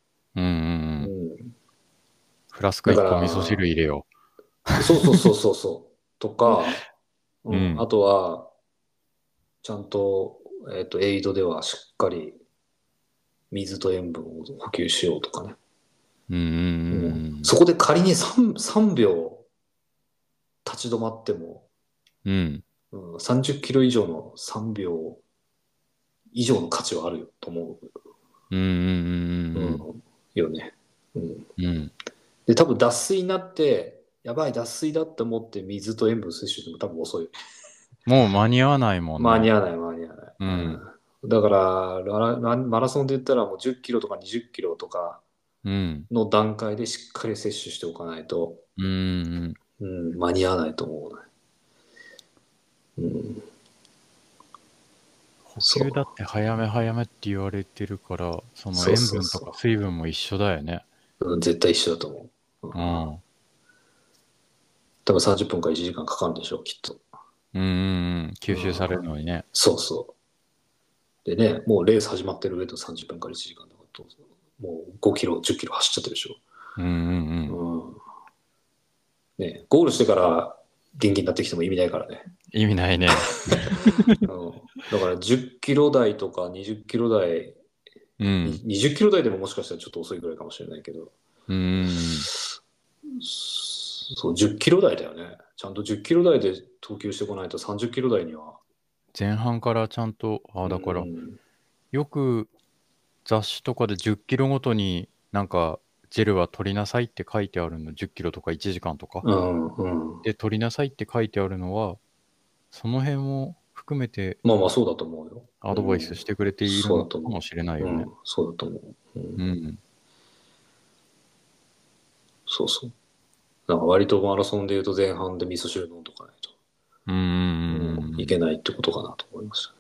フラスク1個味噌汁入れよう。そう。とか、あとは、ちゃんと、エイドではしっかり水と塩分を補給しようとかね。そこで仮に 3秒立ち止まっても、30キロ以上の3秒以上の価値はあるよと思う。よね。で、多分脱水になって、やばい脱水だって思って水と塩分摂取しても多分遅い。 もう間に合わないもんね。 間に合わない。だからマラソンで言ったらもう10キロとか20キロとかの段階でしっかり摂取しておかないと、間に合わないと思うね。 補給だって早めって言われてるから、その塩分とか水分も一緒だよね。 絶対一緒だと思う。多分30分から1時間かかるんでしょう、きっと。 吸収されるのにね。 でね、もうレース始まってる上と30分から1時間とかと、もう5キロ、10キロ走っちゃってるでしょ。ね、ゴールしてから元気になってきても意味ないからね。 意味ないね。 だから10キロ台とか20キロ台、20キロ台でももしかしたらちょっと遅いぐらいかもしれないけど、そう、10キロ台だよね。ちゃんと10キロ台で投球してこないと30キロ台には。 前半からちゃんと、だから、よく雑誌とかで10キロごとになんか、ジェルは取りなさいって書いてあるの、10キロとか1時間とか。で、取りなさいって書いてあるのは、その辺も含めて、 まあそうだと思うよ。 アドバイスしてくれているのかもしれないよね。 そうだと思う。そう。なんか割とマラソンで言うと前半で味噌汁飲んどかないと。いけないってことかなと思いました。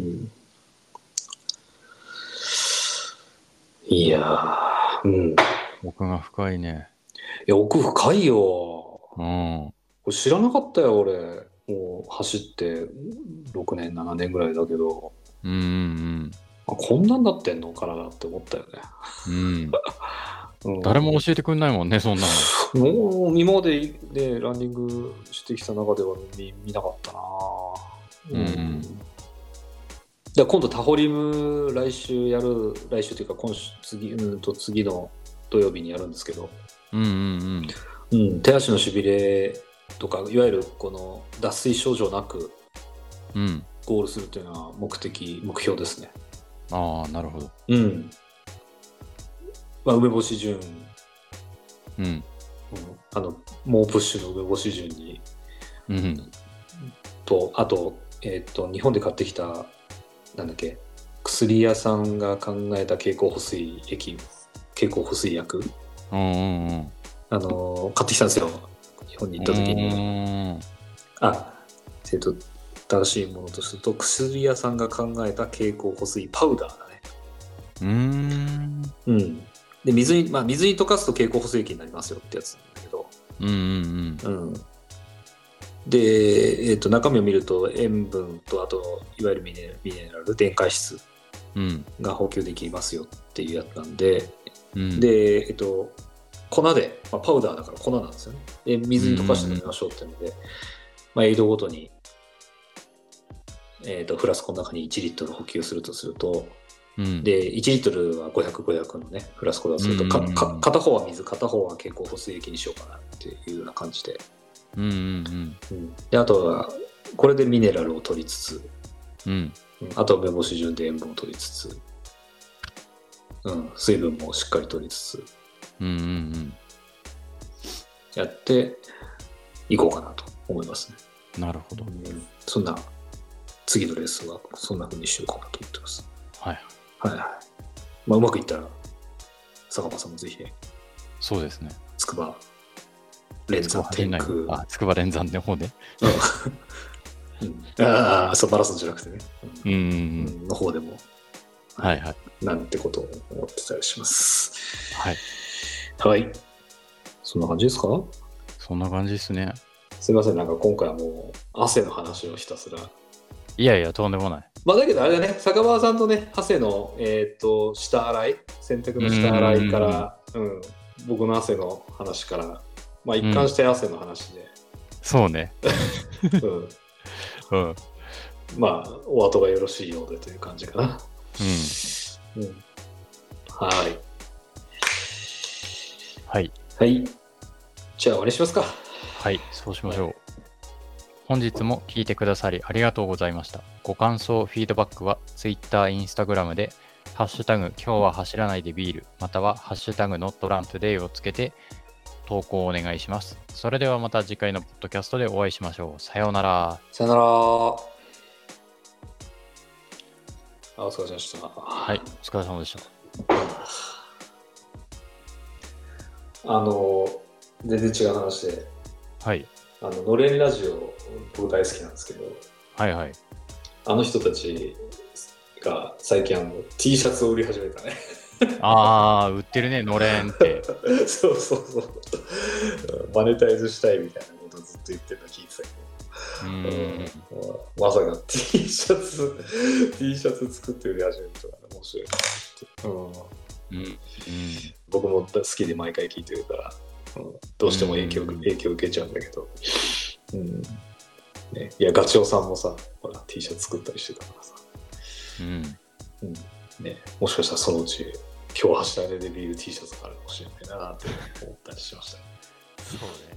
いやー、 奥が深いね。 いや、奥深いよ。これ知らなかったよ、俺。もう走って6年、7年ぐらいだけど。こんなんなってんのかなって思ったよね。 誰も教えてくんないもんね、そんなの。 もう今まで、ね、ランニングしてきた中では見なかったな。で今度タホリム来週というか次の土曜日にやるんですけど、手足のしびれとかいわゆるこの脱水症状なくゴールするというのは目標ですね。 なるほど。 梅干し順、猛プッシュの梅干し順に、とあと、日本で買ってきたなんだっけ、薬屋さんが考えた経口補水薬、買ってきたんですよ、日本に行った時に。正しいものとすると薬屋さんが考えた経口補水パウダーだね。で水に溶かすと経口補水液になりますよってやつなんだけど。で、中身を見ると塩分とあといわゆるミネラル電解質が補給できますよっていうやつなんで、で、粉で、パウダーだから粉なんですよね。で水に溶かして飲みましょうっていうので、エイドごとに、フラスコの中に1リットル補給するとすると、で1リットルは500のねフラスコだとすると、片方は水片方は経口補水液にしようかなっていうような感じで。であとはこれでミネラルを取りつつ、あとは梅干し順で塩分を取りつつ水分もしっかり取りつつ、やっていこうかなと思いますね。 なるほど。 そんな次のレースはそんな風にしようかなと思ってます。はいはい。まあうまくいったら坂場さんもぜひね。 そうですね。 筑波連山天空。 筑波連山の方で。 そうマラソンじゃなくてね。の方でも。 はいはい。 なんてことを思ってたりします。 はい。 はい。そんな感じですか？ そんな感じですね。 すいません、なんか今回はもう汗の話をひたすら。 いやいや、とんでもない。 まあだけどあれだね、坂場さんとね、汗の、下洗い、洗濯の下洗いから、僕の汗の話から、まあ一貫して汗の話で。 そうね。 まあ、お後がよろしいようでという感じかな。はい。 はい。 はい。じゃあ終わりにしますか。 はい、そうしましょう。本日も聞いてくださりありがとうございました。ご感想、フィードバックは Twitter、Instagram でハッシュタグ今日は走らないでビールまたはハッシュタグ NotRunToday をつけて投稿をお願いします。それではまた次回のポッドキャストでお会いしましょう。さようなら。 さようなら。お疲れ様でした。 はい、お疲れ様でした。 全然違う話で、 はい。 のれんラジオ、僕大好きなんですけど、 はいはい。 あの人たちが最近T シャツを売り始めたね。 売ってるね、のれんって。 そうマネタイズしたいみたいなことをずっと言ってるの聞いてたけど、まさか T シャツ作って売り始めるとか面白いなって。僕も好きで毎回聞いてるから、どうしても影響受けちゃうんだけど、ね、いやガチョウさんもさ、ほら T シャツ作ったりしてたからさ、ね、もしかしたらそのうち今日走られでビール T シャツがあるかもしれないなって思ったりしました。 そうね。